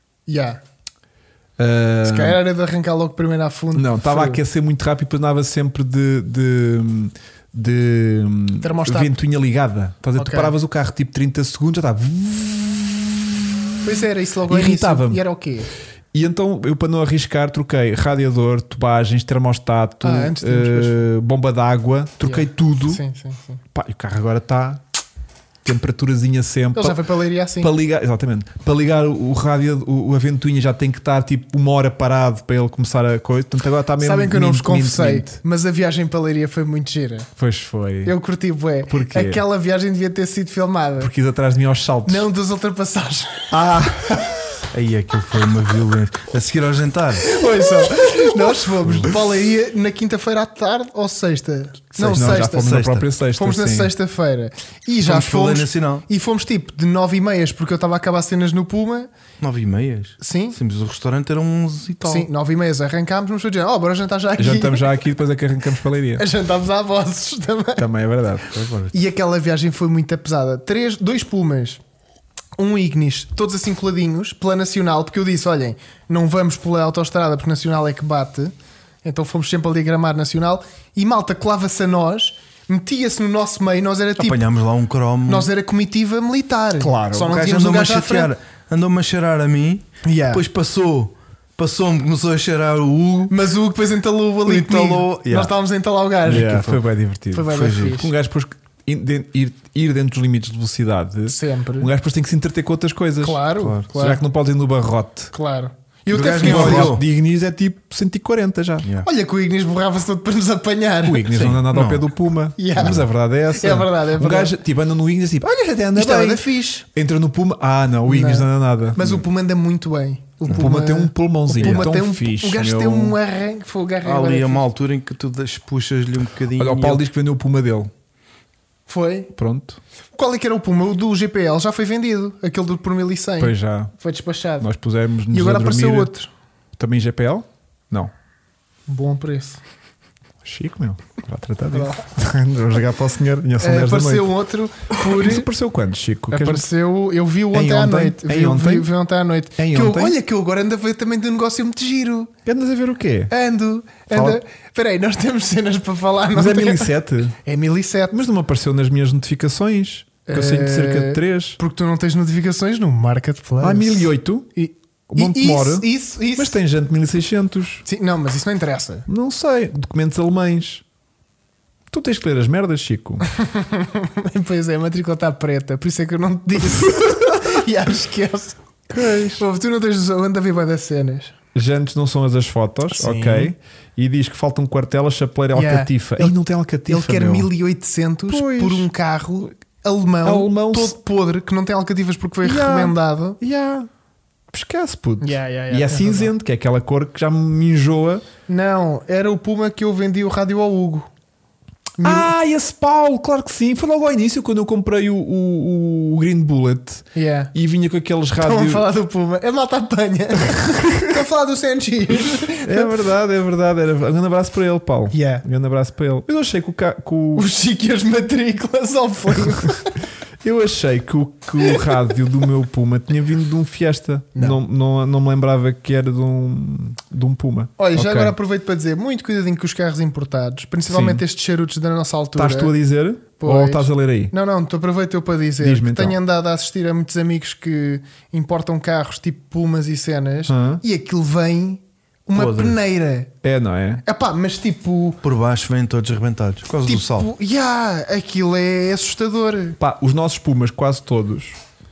Se calhar era de arrancar logo primeiro à fundo. Não, estava a aquecer muito rápido, depois andava sempre de ventoinha ligada. Estás a ver? Tu paravas o carro tipo 30 segundos, já estava. Pois era, isso logo irritava-me. E era o quê? E então eu, para não arriscar, troquei radiador, tubagens, termostato, bomba d'água, troquei tudo. Sim. Pá, e o carro agora está temperaturazinha sempre. Ele já foi para Leiria assim. Para ligar, exatamente. Para ligar o rádio, a ventoinha já tem que estar tipo 1 hora parado para ele começar a coisa. Portanto, agora está mesmo. Sabem que eu não vos confessei, mas a viagem para Leiria foi muito gira. Pois foi. Eu curti bué. Porquê? Aquela viagem devia ter sido filmada. Porque atrás de mim aos saltos. Não das ultrapassagens. Aí aquilo foi uma violência. A seguir ao jantar. Nós fomos de Leiria na quinta-feira à tarde ou sexta? Não, sexta. Já fomos na própria sexta. Fomos na sexta-feira. E já fomos. E fomos tipo de 9h30, porque eu estava a acabar cenas no Puma. 9h30? Sim. Sim, mas o restaurante era 11 e tal. Sim, 9h30 arrancámos, mas foi dizer, bora jantar já aqui. Jantamos já aqui, depois é que arrancamos para a Leiria. Jantámos à Vozes também. Também é verdade. E aquela viagem foi muito pesada. 2 Pumas, um Ignis, todos assim coladinhos, pela Nacional, porque eu disse, olhem, não vamos pela autoestrada porque Nacional é que bate. Então fomos sempre ali a gramar Nacional. E malta colava-se a nós, metia-se no nosso meio. Nós era tipo, apanhámos lá um cromo. nós era comitiva militar. Claro. Só não tínhamos um gajo à frente. andou-me a cheirar a mim, depois passou-me, começou a cheirar o Hugo. Mas o Hugo depois entalou ali comigo. Nós estávamos a entalar o gajo. Foi bem divertido. Foi bem fixe. Um gajo depois ir dentro dos limites de velocidade. Sempre. Um gajo depois tem que se entreter com outras coisas. Claro. Será que não podes ir no barrote? Claro. E o barrote de Ignis é tipo 140 já. Olha que o Ignis borrava-se todo para nos apanhar. O Ignis não anda nada ao pé do Puma. Mas a verdade é essa. É verdade. Um gajo tipo, anda no Ignis tipo, olha, até anda isto bem. Anda fixe. Entra no Puma. Não, o Ignis não anda nada. Mas o Puma anda muito bem. O Puma tem um pulmãozinho. O Puma tem fixe. O gajo tem um arranque. Há ali uma altura em que tu puxas-lhe um bocadinho. Olha, o Paulo diz que vendeu o Puma dele. Foi? Pronto. Qual é que era o Puma? O do GPL já foi vendido. Aquele por 1100. Pois já. Foi despachado. Nós pusemos-nos e agora a dormir. apareceu outro. Também GPL? Não. Bom preço. Chico, meu. Para tratar disso. Vou jogar para o senhor. Apareceu outro por. Isso apareceu quando, Chico? Apareceu. Eu vi ontem à noite. Vi ontem à noite. Olha que eu agora ando a ver também de um negócio muito giro. Andas a ver o quê? Ando. Espera aí, nós temos cenas para falar. Mas é 1007? É 1007. Mas não me apareceu nas minhas notificações. Que eu sei de cerca de 3. Porque tu não tens notificações no Marketplace. 1008? O Montemor. Isso. Mas tem gente 1600. Sim, não, mas isso não interessa. Não sei. Documentos alemães. Tu tens que ler as merdas, Chico. Pois é, a matrícula está preta. Por isso é que eu não te disse. E acho que tu não tens noção. Anda a ver bem das cenas. Jantes não são as fotos. Sim. Ok. E diz que falta um quartel, a chapeleira alcatifa. Ele não tem alcatifa. Ele quer 1800 por um carro alemão todo podre, que não tem alcatifas porque foi recomendado. Esquece, puto. E é cinzento, que é aquela cor que já me enjoa. Não, era o Puma que eu vendi o rádio ao Hugo. Esse Paulo, claro que sim. Foi logo ao início quando eu comprei o Green Bullet e vinha com aqueles rádios. Estão a falar do Puma, é malta apanha. Estão a falar do CNX. É verdade. Um grande abraço para ele, Paulo. Um grande abraço para ele. Eu achei que o Chico e as matrículas ao fogo. Eu achei que o rádio do meu Puma tinha vindo de um Fiesta. Não me lembrava que era de um Puma. Olha, já agora aproveito para dizer, muito cuidadinho com os carros importados, principalmente estes charutos da nossa altura. Estás tu a dizer? Pois. Ou estás a ler aí? Não, aproveito eu para dizer. Diz-me, então. Tenho andado a assistir a muitos amigos que importam carros tipo Pumas e cenas e aquilo vem uma peneira. Não é? Mas tipo... Por baixo vêm todos arrebentados. Por causa do sol. Aquilo é assustador. Os nossos Pumas, quase todos,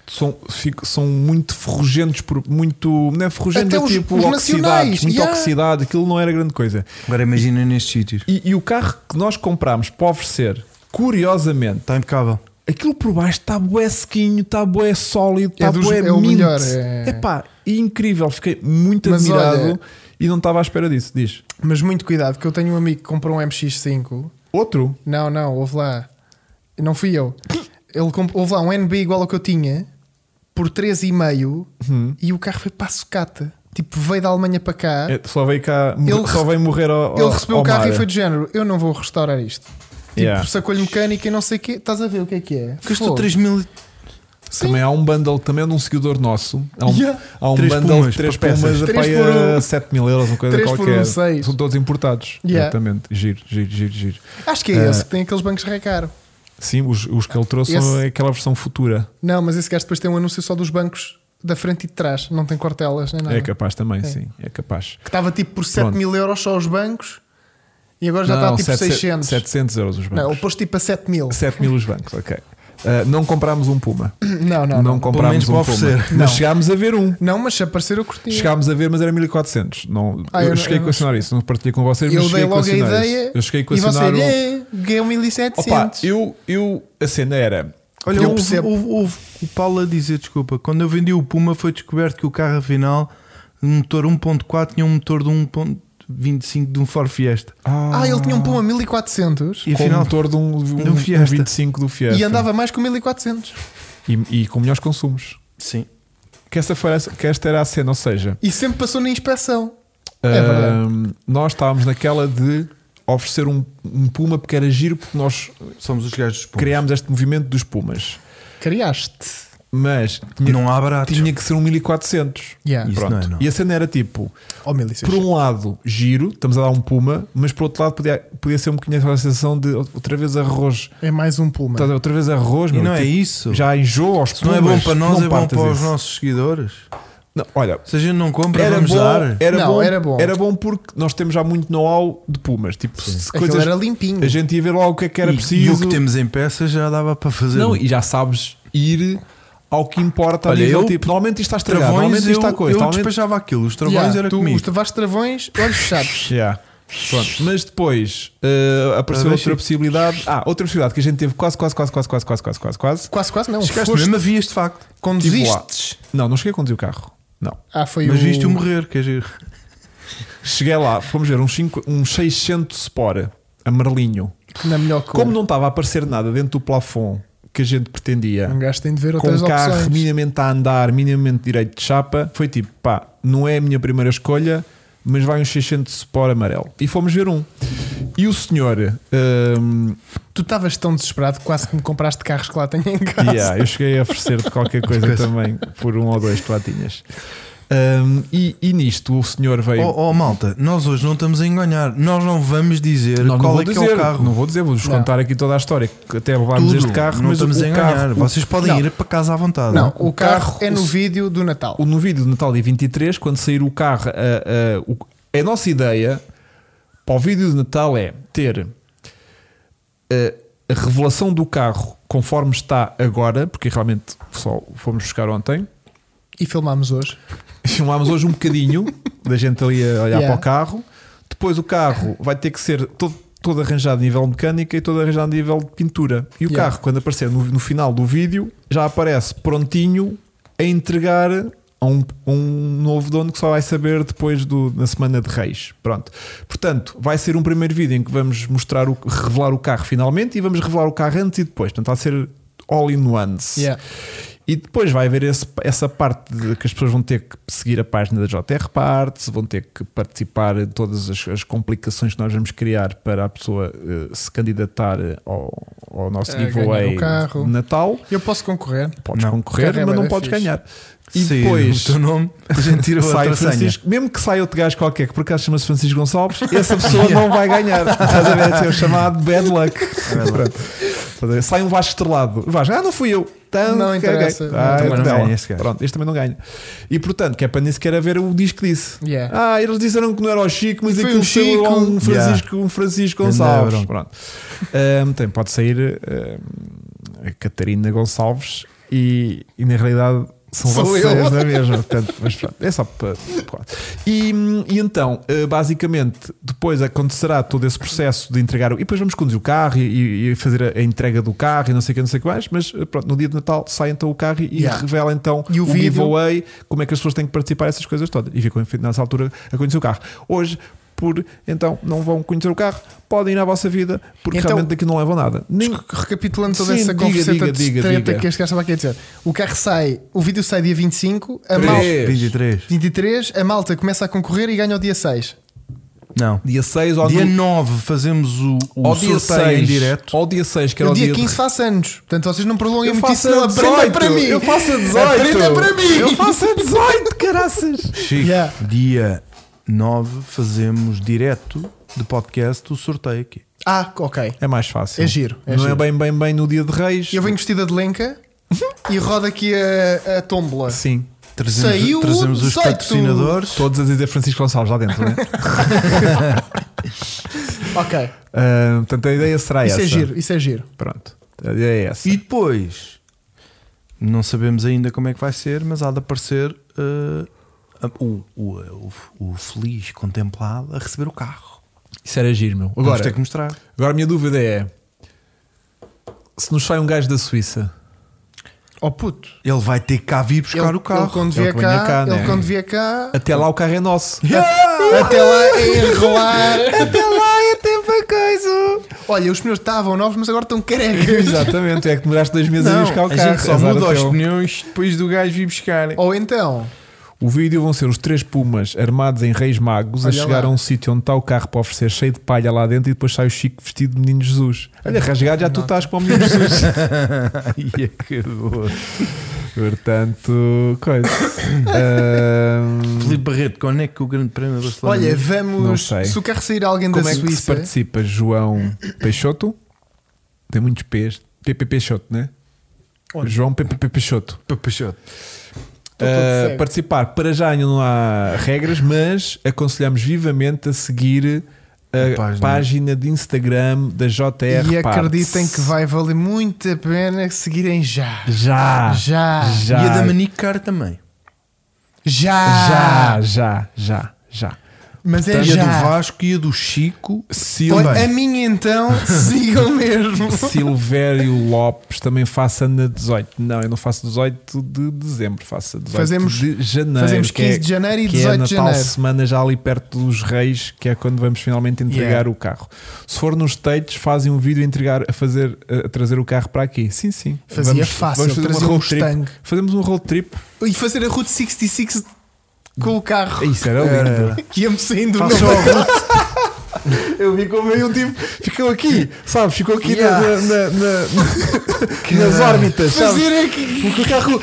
são muito ferrugentos. Não é ferrugento, é tipo oxidados. Muito oxidado. Aquilo não era grande coisa. Agora imagina nestes sítios. E o carro que nós comprámos para oferecer, curiosamente, está impecável. Aquilo por baixo está bué sequinho, está bué sólido, está bué mint. O melhor. Incrível. Fiquei muito admirado. Olha, e não estava à espera disso, diz. Mas muito cuidado, que eu tenho um amigo que comprou um MX-5. Outro? Não, houve lá. Não fui eu. Houve lá um NB igual ao que eu tinha por 3,5 e o carro foi para a sucata. Tipo, veio da Alemanha para cá. Só veio cá, só veio morrer ao Ele recebeu ao o carro mar. E foi de género: eu não vou restaurar isto. Tipo, sacou-lhe mecânica e não sei o quê. Estás a ver o que é? Custou 3.000. Também há um bundle, também é de um seguidor nosso. Há um bundle Pumas, de 3 Pumas a 7 mil euros, uma coisa qualquer. São todos importados. Exatamente. Giro. Acho que é esse que tem aqueles bancos recaro. Sim, os que ele trouxe são aquela versão futura. Não, mas esse gajo depois tem um anúncio só dos bancos da frente e de trás. Não tem cortelas nem nada. É capaz também, sim. É capaz. Que estava tipo por 7 mil euros só os bancos. E agora já está tipo 600. 700 euros os bancos. Não, eu pôs tipo a 7 mil. 7 mil os bancos, ok. Não comprámos um Puma. Não comprámos um Puma. Mas chegámos a ver um. Não, mas se aparecer eu curti. Chegámos a ver, mas era 1400. Eu cheguei a questionar isso. Não partilhei com vocês, mas cheguei a questionar isso. Eu cheguei a questionar. Ganhei 1700. A cena era. Olha, houve o Paulo a dizer, desculpa, quando eu vendi o Puma foi descoberto que o carro afinal, um motor 1.4 tinha um motor de 1.25 de um Ford Fiesta. Ele tinha um Puma 1400 e afinal motor de um Fiesta. 25 do Fiesta. E andava mais que o 1400 e com melhores consumos. Sim. Que esta era a cena, ou seja, e sempre passou na inspeção. Nós estávamos naquela de oferecer um Puma porque era giro, porque nós somos os gajos dos Pumas. Criámos este movimento dos Pumas. Criaste? Mas não há baratos. Tinha que ser um 1400. Isso não é, não. E a cena era tipo, por 1600. um lado giro, estamos a dar um Puma, mas por outro lado podia ser um bocadinho a sensação de outra vez arroz. É mais um Puma. Outra vez arroz, e meu, não tipo, é isso. Já enjoa aos Pumas. Não é bom para nós, é bom para os isso. nossos seguidores. Não, olha, se a gente não compra, era vamos bom, dar. Era bom. Era bom porque nós temos já muito know-how de Pumas. Tipo, coisas era limpinho. A gente ia ver logo o que era preciso. E o que temos em peças já dava para fazer. Não, e já sabes ir ao que importa. Olha, nível, tipo, normalmente isto está estragado, normalmente isto está coisa. Eu despejava aquilo, os travões era comigo. Os travões, olhos fechados. Pronto. Mas depois apareceu outra possibilidade. Outra possibilidade que a gente teve quase não. Chegaste mesmo a vias de facto. Conduziste? Não cheguei a conduzir o carro. Não. Mas viste-o morrer, quer dizer. Cheguei lá, fomos ver um 600 Sport amarelinho. Na melhor cor. Como não estava a aparecer nada dentro do plafond que a gente pretendia, um gajo tem de ver com outras um carro opções. minimamente a andar, minimamente direito de chapa, foi tipo, não é a minha primeira escolha, mas vai um 600 Sport amarelo. E fomos ver um. E o senhor... Tu estavas tão desesperado que quase que me compraste carros que lá tenho em casa. Eu cheguei a oferecer-te qualquer coisa também por um ou dois que lá tinhas. E nisto o senhor veio... malta, nós hoje não estamos a enganar. Nós não vamos dizer qual é que é o carro. Não vou dizer, vou-vos contar aqui toda a história, que até levámos este carro, não mas estamos o a enganar. carro, vocês podem ir para casa à vontade. Não, o carro é no vídeo do Natal. No vídeo do Natal dia 23, quando sair o carro, a nossa ideia para o vídeo de Natal é ter a revelação do carro conforme está agora, porque realmente só fomos buscar ontem. E filmámos hoje. Filmámos hoje um bocadinho da gente ali a olhar para o carro. Depois o carro vai ter que ser todo arranjado a nível de mecânica e todo arranjado a nível de pintura. E o carro, quando aparecer no final do vídeo, já aparece prontinho a entregar a um novo dono que só vai saber depois na semana de Reis. Pronto. Portanto, vai ser um primeiro vídeo em que vamos revelar o carro finalmente e vamos revelar o carro antes e depois. Portanto, vai ser all in ones. E depois vai haver essa parte de que as pessoas vão ter que seguir a página da JR Parts, vão ter que participar de todas as complicações que nós vamos criar para a pessoa se candidatar ao nosso giveaway de Natal. Eu posso concorrer? Podes concorrer, mas não podes ganhar. E sim, depois o teu nome, a gente tira outra Francisco, mesmo que saia outro gajo qualquer que por acaso chama-se Francisco Gonçalves, essa pessoa não vai ganhar. Estás a ver? É o chamado bad luck. Sai um Vasco estrelado. O Vasco, não fui eu. Não interessa. Não ganha esse gajo. Pronto, este também não ganha. E portanto, que é para nem sequer haver o disco disse. Eles disseram que não era o Chico, mas aquilo saiu um Francisco Gonçalves. Pronto. Também pode sair a Catarina Gonçalves e na realidade são vocês na mesma. Portanto, mas pronto, é só para. E então, basicamente, depois acontecerá todo esse processo de entregar. E depois vamos conduzir o carro e fazer a entrega do carro e não sei o que mais. Mas pronto, no dia de Natal sai então o carro e revela então o giveaway, como é que as pessoas têm que participar, essas coisas todas. E ficam nessa altura a conhecer o carro. Hoje, então não vão conhecer o carro, podem ir à vossa vida, porque então, realmente daqui não levam nada. Recapitulando toda essa conversa de treta que este gajo estava aqui a dizer, o vídeo sai dia 25, 23, a malta começa a concorrer e ganha o dia 6. Não, dia 6 ou dia 9 fazemos o sorteio em direto. Ou dia 6, que era o dia 15 faço anos. Portanto, vocês não prolonguem muito isso, não aprenda para mim. Eu faço a 18. Aprenda para mim. Eu faço a 18, caraças. Chico, dia 9 fazemos direto de podcast o sorteio aqui. Ok. É mais fácil. É giro. Não é bem no dia de Reis. Eu venho vestida de lenca e rodo aqui a tómbola. Sim. Trazemos os patrocinadores. Todos a dizer Francisco Gonçalves lá dentro, não é? Ok. Portanto, a ideia será essa. Isso é giro. Pronto. A ideia é essa. E depois, não sabemos ainda como é que vai ser, mas há de aparecer o feliz contemplado a receber o carro. Isso era giro, meu. Vamos ter que mostrar. Agora a minha dúvida é: se nos sai um gajo da Suíça, puto, ele vai ter que cá vir buscar o carro. Quando vier cá, até lá o carro é nosso. Até lá é enrolar. Até lá é tempo a coisa. Olha, os pneus estavam novos, mas agora estão carecas. Exatamente, é que demoraste 2 meses a buscar o carro. A gente só muda os pneus depois do gajo vir buscar. Ou então, o vídeo vão ser os 3 Pumas armados em Reis Magos a chegar a um sítio onde está o carro para oferecer, cheio de palha lá dentro, e depois sai o Chico vestido de Menino Jesus. Olha, rasgado, já tu estás para o Menino Jesus. Ai, acabou. Portanto, coisa. Filipe Barreto, quando é que o Grande Prémio da Barcelona? Olha, vamos. Se o carro sair alguém Como da é que se Suíça. participa? João Peixoto? Tem muitos P's. PP Peixoto, né? Onde? João PP Peixoto. Peixoto. Participar, para já ainda não há regras, mas aconselhamos vivamente a seguir a página de Instagram da JR E Parts. acreditem que vai valer muito a pena seguirem já. Já. E a da Manicar também. Já. Mas é e já. a do Vasco e a do Chico. Olha, a minha então, sigam mesmo. Silvério Lopes também faça na 18. Não, eu não faço 18 de dezembro, faço a 18 de janeiro. Fazemos 15 de janeiro e 18 de janeiro. Semana já ali perto dos Reis, que é quando vamos finalmente entregar o carro. Se for nos States, fazem um vídeo a trazer o carro para aqui. Sim. Fazia fácil, vamos fazer uma road trip. Fazemos um road trip. E fazer a Route 66 com o carro. Isso era lindo. Que ia-me saindo do Eu vi como veio um tipo, ficou aqui, sabes? Ficou aqui nas órbitas, sabes? Fazer aqui. Porque o carro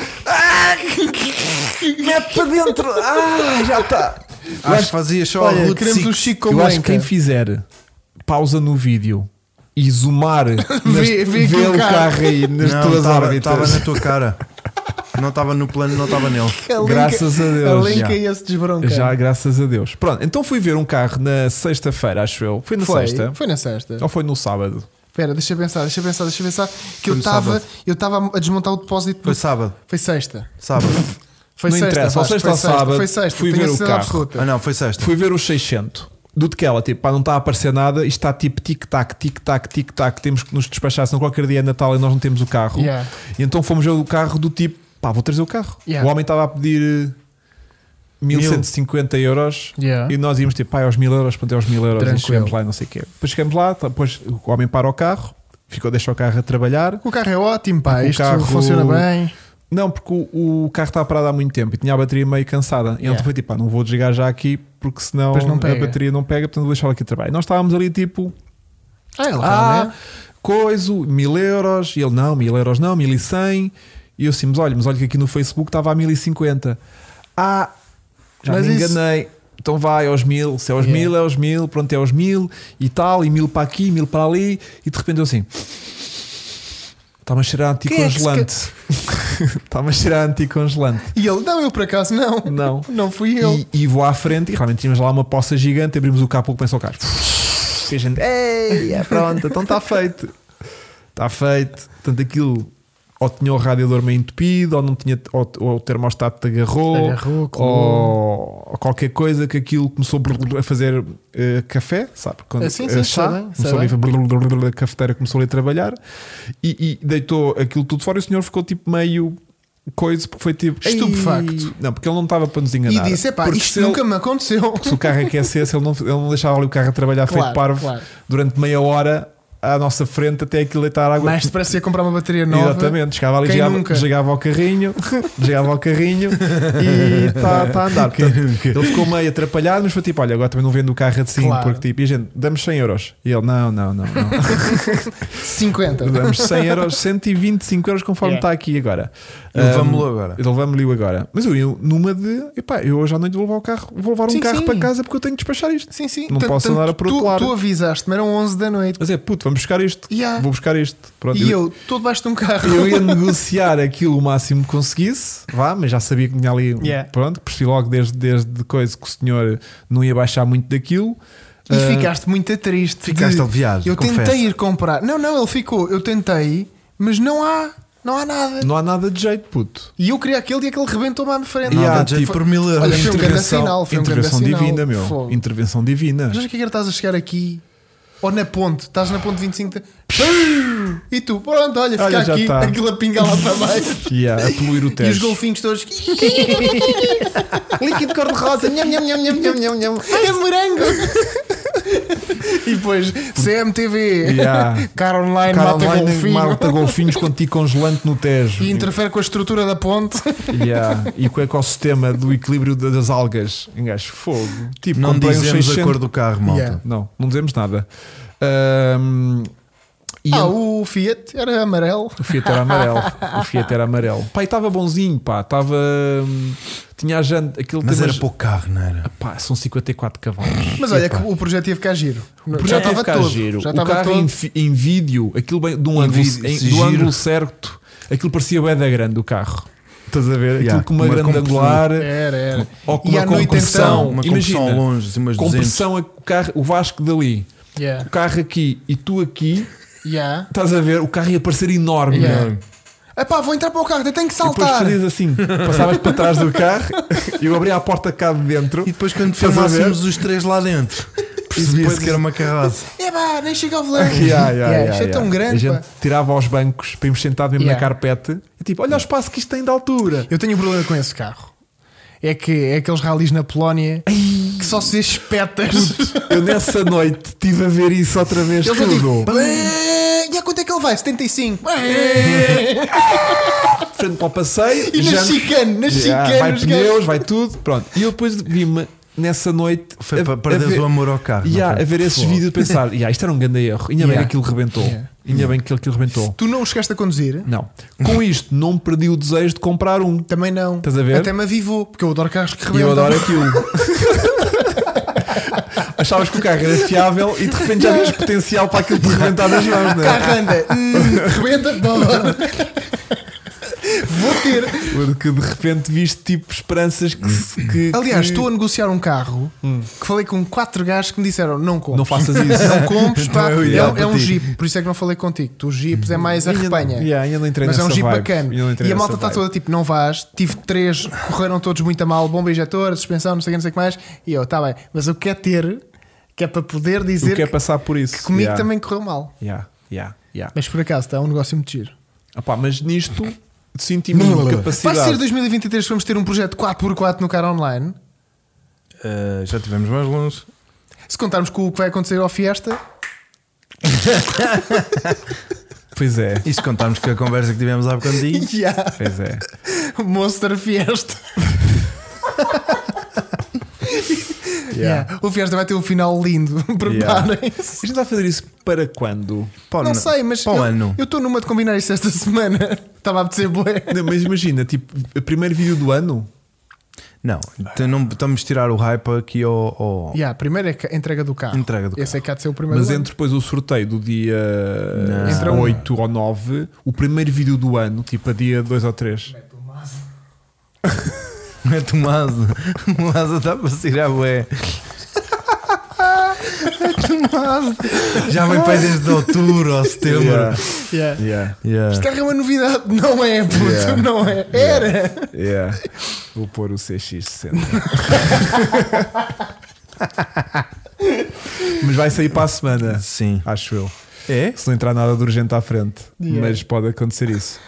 mete para dentro. Já está. Acho que fazia só a Route queremos 6. o Chico Eu com acho que quem fizer pausa no vídeo e zoomar, vê o carro aí nas tuas órbitas. Estava na tua cara. Não estava no plano, não estava nele. Graças a Deus. A Lenca ia-se desbroncar. Já, graças a Deus. Pronto, então fui ver um carro na sexta-feira, acho eu. Foi na sexta? Foi na sexta. Ou foi no sábado? Espera, deixa eu pensar. Que eu estava a desmontar o depósito. Foi sábado. Foi sexta. Sábado. Foi não sexta. Interessa, ou sexta ou sábado. Foi sexta. Fui ver o carro. Absoluta. Não, foi sexta. Fui ver os 600. Do que ela, tipo, pá, não está a aparecer nada, isto está tipo tic-tac, tic-tac, tic-tac. Temos que nos despachar, senão qualquer dia é Natal e nós não temos o carro. Yeah. E então fomos ver o carro do tipo, pá, vou trazer o carro. Yeah. O homem estava a pedir 1150 euros Yeah. e nós íamos tipo, pá, é aos 1000 euros, pronto, é aos 1000 euros. Tranquilo. E chegamos lá e não sei o quê. Depois chegamos lá, depois o homem para o carro, deixa o carro a trabalhar. O carro é ótimo, pá, isto carro funciona bem. Não, porque o carro estava parado há muito tempo e tinha a bateria meio cansada. E ele foi tipo, não vou desligar já aqui porque senão a bateria não pega, portanto vou deixá-lo aqui a trabalhar. E nós estávamos ali tipo, coisa, 1000 euros. E ele, não, 1000 euros não, 1100. E eu assim, mas olha que aqui no Facebook estava a 1050. Já me enganei. Então vai aos 1000, se é aos 1000, é aos 1000, pronto, é aos 1000 e tal, e 1000 para aqui, 1000 para ali. E de repente eu assim, está-me a cheirar anticongelante. Está-me a cheirar anticongelante. E ele, não, eu por acaso não fui eu. E vou à frente e realmente tínhamos lá uma poça gigante, abrimos o capô, começa o carro. E a gente, pronto, então está feito. Está feito. Portanto, aquilo ou tinha o radiador meio entupido, ou não tinha, ou o termostato agarrou ou qualquer coisa que aquilo começou a fazer café, sabe? Quando, chá, começou a cafeteira começou a trabalhar e deitou aquilo tudo fora e o senhor ficou tipo meio coisa, porque foi tipo estupefacto. Não, porque ele não estava para nos enganar. E disse: isto nunca me aconteceu. Se o carro aquecesse, ele não deixava ali o carro a trabalhar feito parvo durante meia hora à nossa frente até aquilo deitar água. Mais depressa ia comprar uma bateria nova. Exatamente, chegava ali, desligava o carrinho e está a andar. Portanto, ele ficou meio atrapalhado, mas foi tipo: olha, agora também não vendo o carro assim, porque tipo, e a gente, damos 100 euros. E ele, não. 50. Damos 100 euros, 125 euros conforme está aqui agora. Levamos-lhe agora. Mas eu ia numa de, eu hoje à noite vou levar o carro, vou levar um carro para casa porque eu tenho que despachar isto. Sim. Não posso andar para outro lado. Tu avisaste-me, eram 11 da noite. Mas vamos buscar isto. Vou buscar isto. Pronto, e eu estou debaixo de um carro. Eu ia negociar aquilo o máximo que conseguisse, mas já sabia que tinha ali. Pronto, percebi logo desde coisa que o senhor não ia baixar muito daquilo. E ficaste muito triste. Ficaste aliviado. Eu tentei ir comprar. Não, ele ficou. Eu tentei, mas não há nada. Não há nada de jeito, puto. E eu queria aquele dia que ele rebentou-me à frente. Nada de jeito por 1000 euros. Olha, foi um grande sinal. Intervenção divina, meu. Fogo. Intervenção divina. Mas o que é que estás a chegar aqui? Ou na ponte? Estás na ponte 25. E tu, pronto, olha fica aqui. Tá. Aquilo a pinga lá para baixo. A poluir o teto. E os golfinhos todos. Líquido cor-de-rosa. É morango. E depois CMTV, Car Online mata golfinhos com anticongelante no Tejo e interfere com a estrutura da ponte e com o ecossistema do equilíbrio das algas. Engajo fogo. Tipo, não dizemos a cor do carro, malta. Não dizemos nada. O Fiat era amarelo. O Fiat era amarelo. Pá, e estava bonzinho, pá. Estava. Tinha a jante. Mas era pouco carro, não era? Pá, são 54 cavalos. Mas olha, que o projeto ia ficar giro. O projeto ia ficar giro. O carro em vídeo, aquilo bem, de um ângulo certo, aquilo parecia bem da grande o carro. Estás a ver? Aquilo com uma grande angular. Era. Ou com uma compressão. Uma compressão longe, assim, umas compressão, o Vasco dali. O carro aqui e tu aqui. Estás a ver? O carro ia parecer enorme. Epá, vou entrar para o carro, eu tenho que saltar. E depois assim, passavas para trás do carro e eu abria a porta cá de dentro. E depois quando filmássemos os três lá dentro, percebia-se que era uma carroça. Nem chega ao volante. Isto é tão grande. A gente tirava aos bancos para irmos sentados mesmo na carpete e tipo, olha o espaço que isto tem de altura. Eu tenho um problema com esse carro. É que é aqueles ralis na Polónia que só se espetas. Eu nessa noite estive a ver isso outra vez. Tudo. E a quanto é que ele vai? 75. Frente para o passeio. E nas chicanas. Vai pneus, vai tudo. Pronto. E eu depois vi-me nessa noite. Foi para perderes o amor ao carro. A ver esses vídeos e pensar: isto era um grande erro. Ainda bem que aquilo rebentou. Ainda bem que aquilo rebentou. Tu não o chegaste a conduzir? Não. Com isto, não perdi o desejo de comprar um. Também não. Estás a ver? Até me avivou, porque eu adoro carros que rebentam. E eu adoro aquilo. Achavas que o carro era fiável e de repente já vias potencial para aquilo de rebentar nas mãos, não é? O carro anda, rebenta, vou ter. Porque de repente viste tipo esperanças que aliás, estou a negociar um carro que falei com 4 gajos que me disseram: não compres. Não faças isso. Não compres, pá. É um Jeep, por isso é que não falei contigo. Tu Jeeps é mais a repanha. Ainda não entrei mas nessa é um Jeep vibe. bacana. E a malta está toda tipo: não vais. Tive 3, correram todos muito a mal. Bomba injetora, suspensão, não sei o que mais. E eu, tá bem, mas eu quero ter, que é para poder dizer que é passar por isso. Que comigo também correu mal. Mas por acaso está um negócio muito giro. Mas nisto senti-me uma capacidade. Vai ser 2023 se vamos ter um projeto 4x4 no Car Online? Já tivemos mais longe. Se contarmos com o que vai acontecer ao Fiesta. Pois é. E se contarmos com a conversa que tivemos há bocadinho. Pois é. Monster Fiesta. O Fiesta vai ter um final lindo. Preparem-se. A gente vai fazer isso para quando? Não sei, mas eu estou numa de combinar isso esta semana. Estava a apetecer bué. Mas imagina, tipo, o primeiro vídeo do ano. Não, estamos a tirar o hype aqui ao... primeiro é a entrega do carro. Esse é que há de ser o primeiro. Mas entre depois o sorteio do dia 8 ou 9, o primeiro vídeo do ano, tipo a dia 2 ou 3. É Tomasa. Tomasa está para sair a bué. Já vem para aí desde outubro ou setembro. Este carro é uma novidade. Não é, puto. Não é. Era. Vou pôr o CX60. Mas vai sair para a semana. Sim. Acho eu. É? Se não entrar nada de urgente à frente. Mas pode acontecer isso.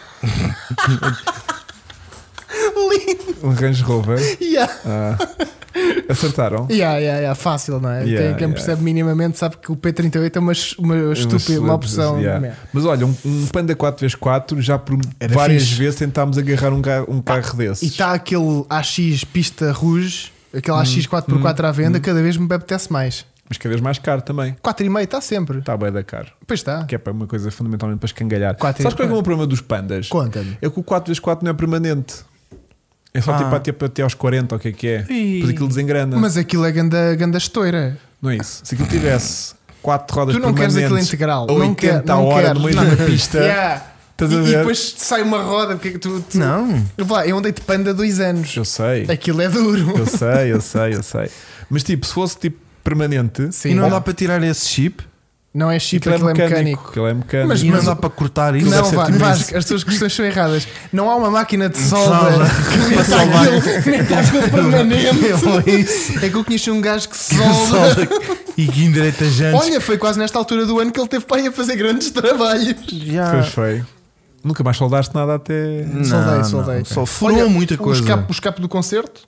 Lindo. Um Range Rover. Acertaram? Fácil, não é? Quem percebe minimamente sabe que o P38 é uma estúpida, uma opção. Mas olha, um Panda 4x4 já por várias vezes tentámos agarrar um carro desses. E está aquele AX Pista Rouge, aquele AX 4x4 à venda, cada vez me apetece mais. Mas cada vez mais caro também. 4,5 está sempre. Está bem da caro. Pois está. Que é para uma coisa fundamentalmente para escangalhar. Sabes qual é o problema dos Pandas? Conta-me. É que o 4x4 não é permanente. É só tipo até aos 40, o que é? Depois aquilo desengrana. Mas aquilo é ganda estoura. Não é isso. Se aquilo tivesse 4 rodas tu não queres aquilo integral. A 80 a hora no meio de uma pista. E depois sai uma roda. Porque tu... Não. Eu andei de Panda 2 anos. Eu sei. Aquilo é duro. Eu sei. Mas tipo, se fosse tipo permanente. Sim, e não dá para tirar esse chip? Não é chip, aquilo é mecânico. Aquilo é mecânico. Mas não dá para cortar isso? Não, Vasco, as tuas questões são erradas. Não há uma máquina de solda que meta aquilo permanente. É que eu conheço um gajo que solda e que endireita jantes. Olha, foi quase nesta altura do ano que ele teve para ir a fazer grandes trabalhos. Pois foi. Nunca mais soldaste nada até. Soldei. Só furou muita coisa. O escape do concerto.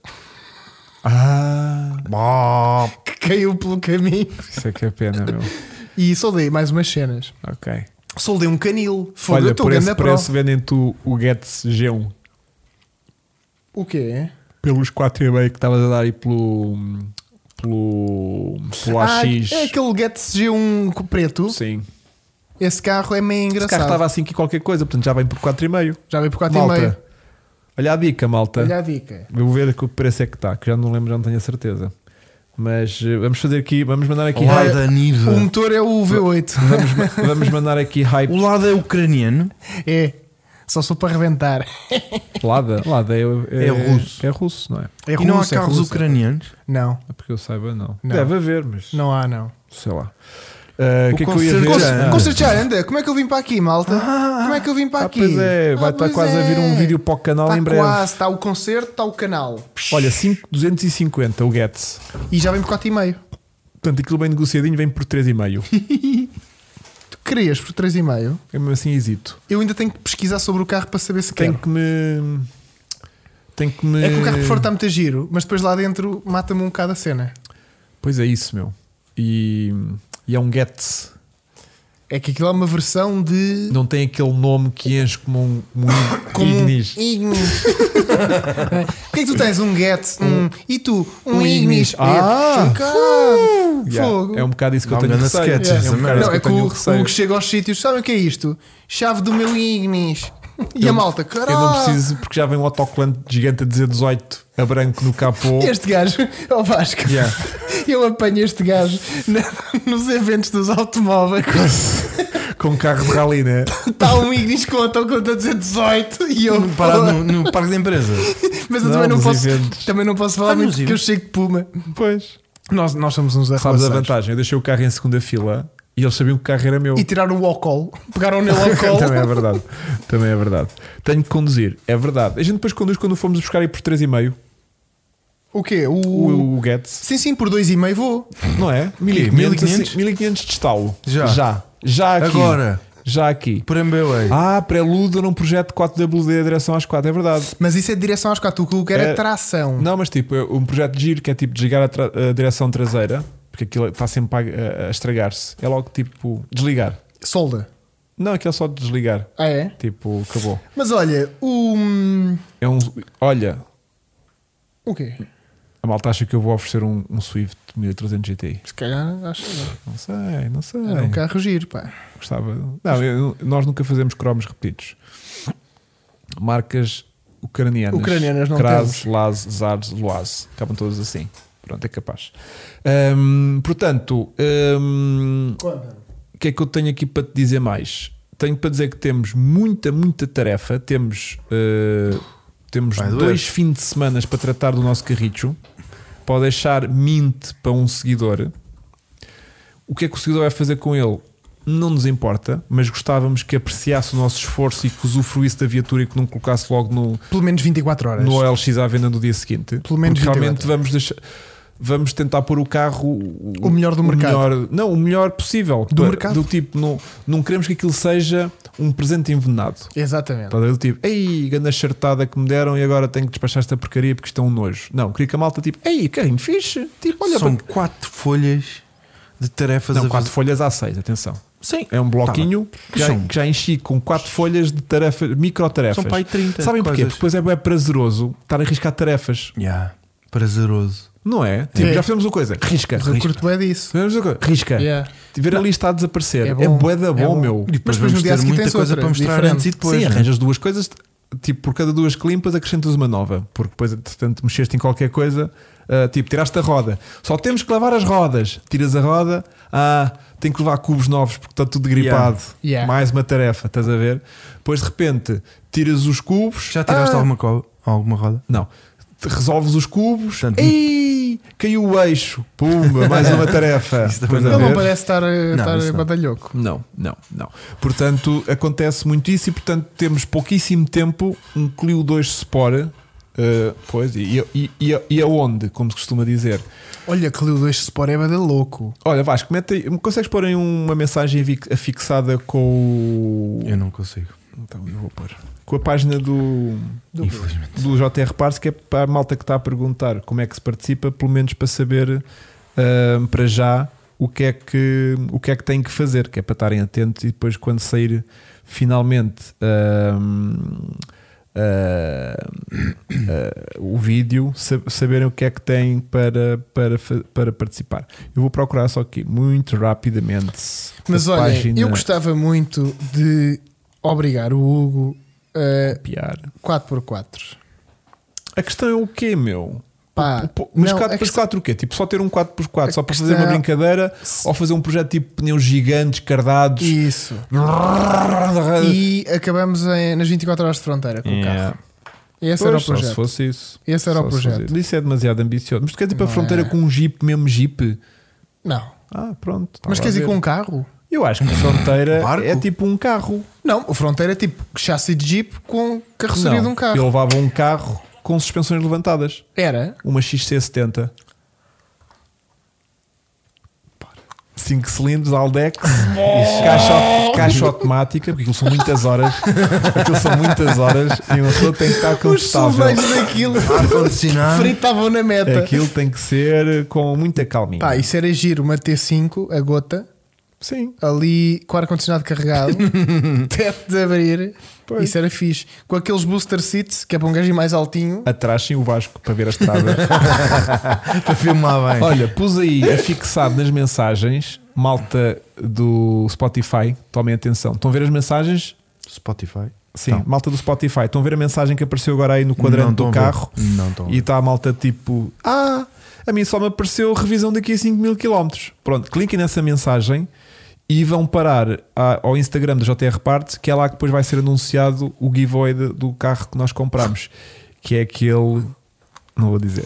Que caiu pelo caminho. Isso é que é pena, meu. E soldei mais umas cenas. Ok. Soldei um canil. Olha, por esse preço vendem-te o Getz G1. O quê? Pelos 4,5 que estavas a dar aí pelo AX. É aquele Getz G1 preto? Sim. Esse carro é meio engraçado. Esse carro estava assim que qualquer coisa, portanto já vem por 4,5. Já vem por 4,5. Olha a dica, malta. Olha a dica. Eu vou ver que preço é que está, que já não lembro, já não tenho a certeza. Mas vamos fazer aqui, vamos mandar aqui hype. O motor é o V8. Vamos mandar aqui hype. O lado é ucraniano? É. Só sou para arrebentar. Lada é russo. É russo, não é? É russo, e não há carros ucranianos? Não. É porque eu saiba, não. Não. Deve haver, mas Não há, não. sei lá. O que é que eu ia ver? Concerto já anda. Como é que eu vim para aqui, malta? Como é que eu vim para aqui? Pois é, vai estar quase a vir um vídeo para o canal está em breve. Quase, está o concerto, está o canal. Olha, 5,250 o Getz. E já vem por 4,5. Portanto, aquilo bem negociadinho vem por 3,5. Tu querias por 3,5? É mesmo assim hesito. Eu ainda tenho que pesquisar sobre o carro para saber se Tenho quero. que me. É que o carro por fora está muito giro, mas depois lá dentro mata-me um bocado a cena. Pois é isso, meu. E é um Getz. É que aquilo é uma versão de. Não tem aquele nome que enche como um Ignis. Ignis. Porquê é que tu tens um Getz? E tu? Um Ignis. Fogo. É um bocado isso que eu tenho na receio. sketches, É um bocado Não, isso que é eu que tenho o receio. que chega aos sítios, sabem o que é isto? Chave do meu Ignis. E a malta, caralho. Eu não preciso, porque já vem um autocolante gigante a dizer 18 a branco no capô. Este gajo, ó Vasco, Yeah. eu apanho este gajo nos eventos dos automóveis. Com carro de rally, né? Está um Ignis com autocolante a dizer 18 e eu Parado no parque da empresa. Mas eu também não posso falar muito porque eu chego de Puma. Pois. Nós somos uns Sabes arroaçados. a vantagem? Eu deixei o carro em segunda fila e eles sabiam que o carro era meu. E tiraram o ao-colo. Pegaram nele ao colo. Também é verdade. Também é verdade. Tenho que conduzir. É verdade. A gente depois conduz quando fomos buscar aí por 3,5. O quê? O Getz. Sim, por 2,5 vou. Não é? 1500? 1500 de estalo. Já. Já aqui. Agora. Já aqui. Por MBA. Preluda num projeto 4WD a direção às 4. É verdade. Mas isso é de direção às 4. O que eu quero é tração. Não, mas tipo, um projeto de giro que é tipo desligar a direção traseira, porque aquilo está sempre a estragar-se. É logo tipo desligar. Solda. Não, aquilo é só desligar. Ah, é? Tipo, acabou. Mas olha, É olha, o quê? a malta acha que eu vou oferecer um Swift 1300 GTI. Se calhar, acho que Não sei. é um carro giro, pá. Gostava. Não, nós nunca fazemos cromos repetidos. Marcas ucranianas não Kraz, temos. Laz, Zars, Loaz. Acabam todas assim. Pronto, é capaz. Portanto, o que é que eu tenho aqui para te dizer mais? Tenho para dizer que temos muita tarefa. Temos 2 fins de semana para tratar do nosso carricho. Pode deixar mint para um seguidor. O que é que o seguidor vai fazer com ele? Não nos importa, mas gostávamos que apreciasse o nosso esforço e que usufruísse da viatura e que não colocasse logo pelo menos 24 horas no OLX à venda no dia seguinte. Pelo menos porque realmente vamos tentar pôr o carro o melhor do mercado. O melhor possível do mercado. Do tipo, não queremos que aquilo seja um presente envenenado. Exatamente. Do tipo, ei, grande chartada que me deram e agora tenho que despachar esta porcaria porque isto é um nojo. Não, queria que a malta tipo, ei, carrinho fixe. Tipo, olha, são 4 folhas de tarefas. Não, 4 folhas A6, atenção. Sim. É um bloquinho que já enchi com 4 folhas de tarefas, microtarefas. São para aí 30. Sabem porquê? Porque depois é bem prazeroso estar a arriscar tarefas. Prazeroso. Não é? Tipo, já fizemos uma coisa, risca. Eu curto bem disso. Fizemos uma coisa, risca. Ver a lista a desaparecer. É bué da bom, meu. E depois vamos ter muita coisa para mostrar diferente. antes e depois. Sim, arranjas 2 coisas, tipo, por cada 2 que limpas acrescentas uma nova. Porque depois, portanto, mexeste em qualquer coisa, tipo, tiraste a roda. Só temos que lavar as rodas. Tiras a roda, tem que levar cubos novos porque está tudo gripado. Mais uma tarefa, estás a ver? Depois, de repente, tiras os cubos. Já tiraste alguma roda? Não. Resolves os cubos. Portanto, caiu o eixo. Pumba, mais uma tarefa. Ele não parece estar badalhoco. Não. Portanto, acontece muito isso e, portanto, temos pouquíssimo tempo. Um Clio 2 Sport. E aonde, como se costuma dizer. Olha, Clio 2 Sport é badalhoco. Olha, Vasco, consegues pôr aí uma mensagem afixada com o... Eu não consigo. Então eu vou pôr. Com a página do JR Parts, que é para a malta que está a perguntar como é que se participa, pelo menos para saber para já o que é que tem que fazer, que é para estarem atentos e depois quando sair finalmente o vídeo, saberem o que é que têm para participar. Eu vou procurar só aqui muito rapidamente. Mas olha, eu gostava muito de obrigar o Hugo a piar 4x4. A questão é o quê, meu? Pá, mas 4x4 o quê? Tipo, só ter um 4x4 só para fazer uma brincadeira ou fazer um projeto tipo pneus gigantes, cardados. Isso. E acabamos nas 24 horas de fronteira com o carro. Esse era o projeto. Se fosse isso. Esse era o projeto. Isso é demasiado ambicioso. Mas tu quer tipo a fronteira com um Jeep, mesmo Jeep? Não. Pronto. Mas queres ir com um carro? Eu acho que a fronteira é tipo um carro. Não, a fronteira é tipo chassi de Jeep com carroceria de um carro. Eu levava um carro com suspensões levantadas. Era? Uma XC70. 5 cilindros, Aldex, caixa automática, porque aquilo são muitas horas. E uma pessoa tem que estar confortável. Os solveiros daquilo fritavam na meta. Aquilo tem que ser com muita calminha. Pá, isso era giro, uma T5, a gota. Sim. Ali com o ar-condicionado carregado, teto de abrir. Pois. Isso era fixe. Com aqueles booster seats, que é para um gajo ir mais altinho. Atrás sim o Vasco para ver a estrada. Para filmar bem. Olha, pus aí afixado nas mensagens, malta do Spotify, tomem atenção. Estão a ver as mensagens? Spotify? Sim, então. Malta do Spotify. Estão a ver a mensagem que apareceu agora aí no quadrante do carro? Não estão. E está a malta tipo: a mim só me apareceu revisão daqui a 5.000 km. Pronto, cliquem nessa mensagem e vão parar ao Instagram da JR Parts, que é lá que depois vai ser anunciado o giveaway do carro que nós compramos, que é aquele, não vou dizer.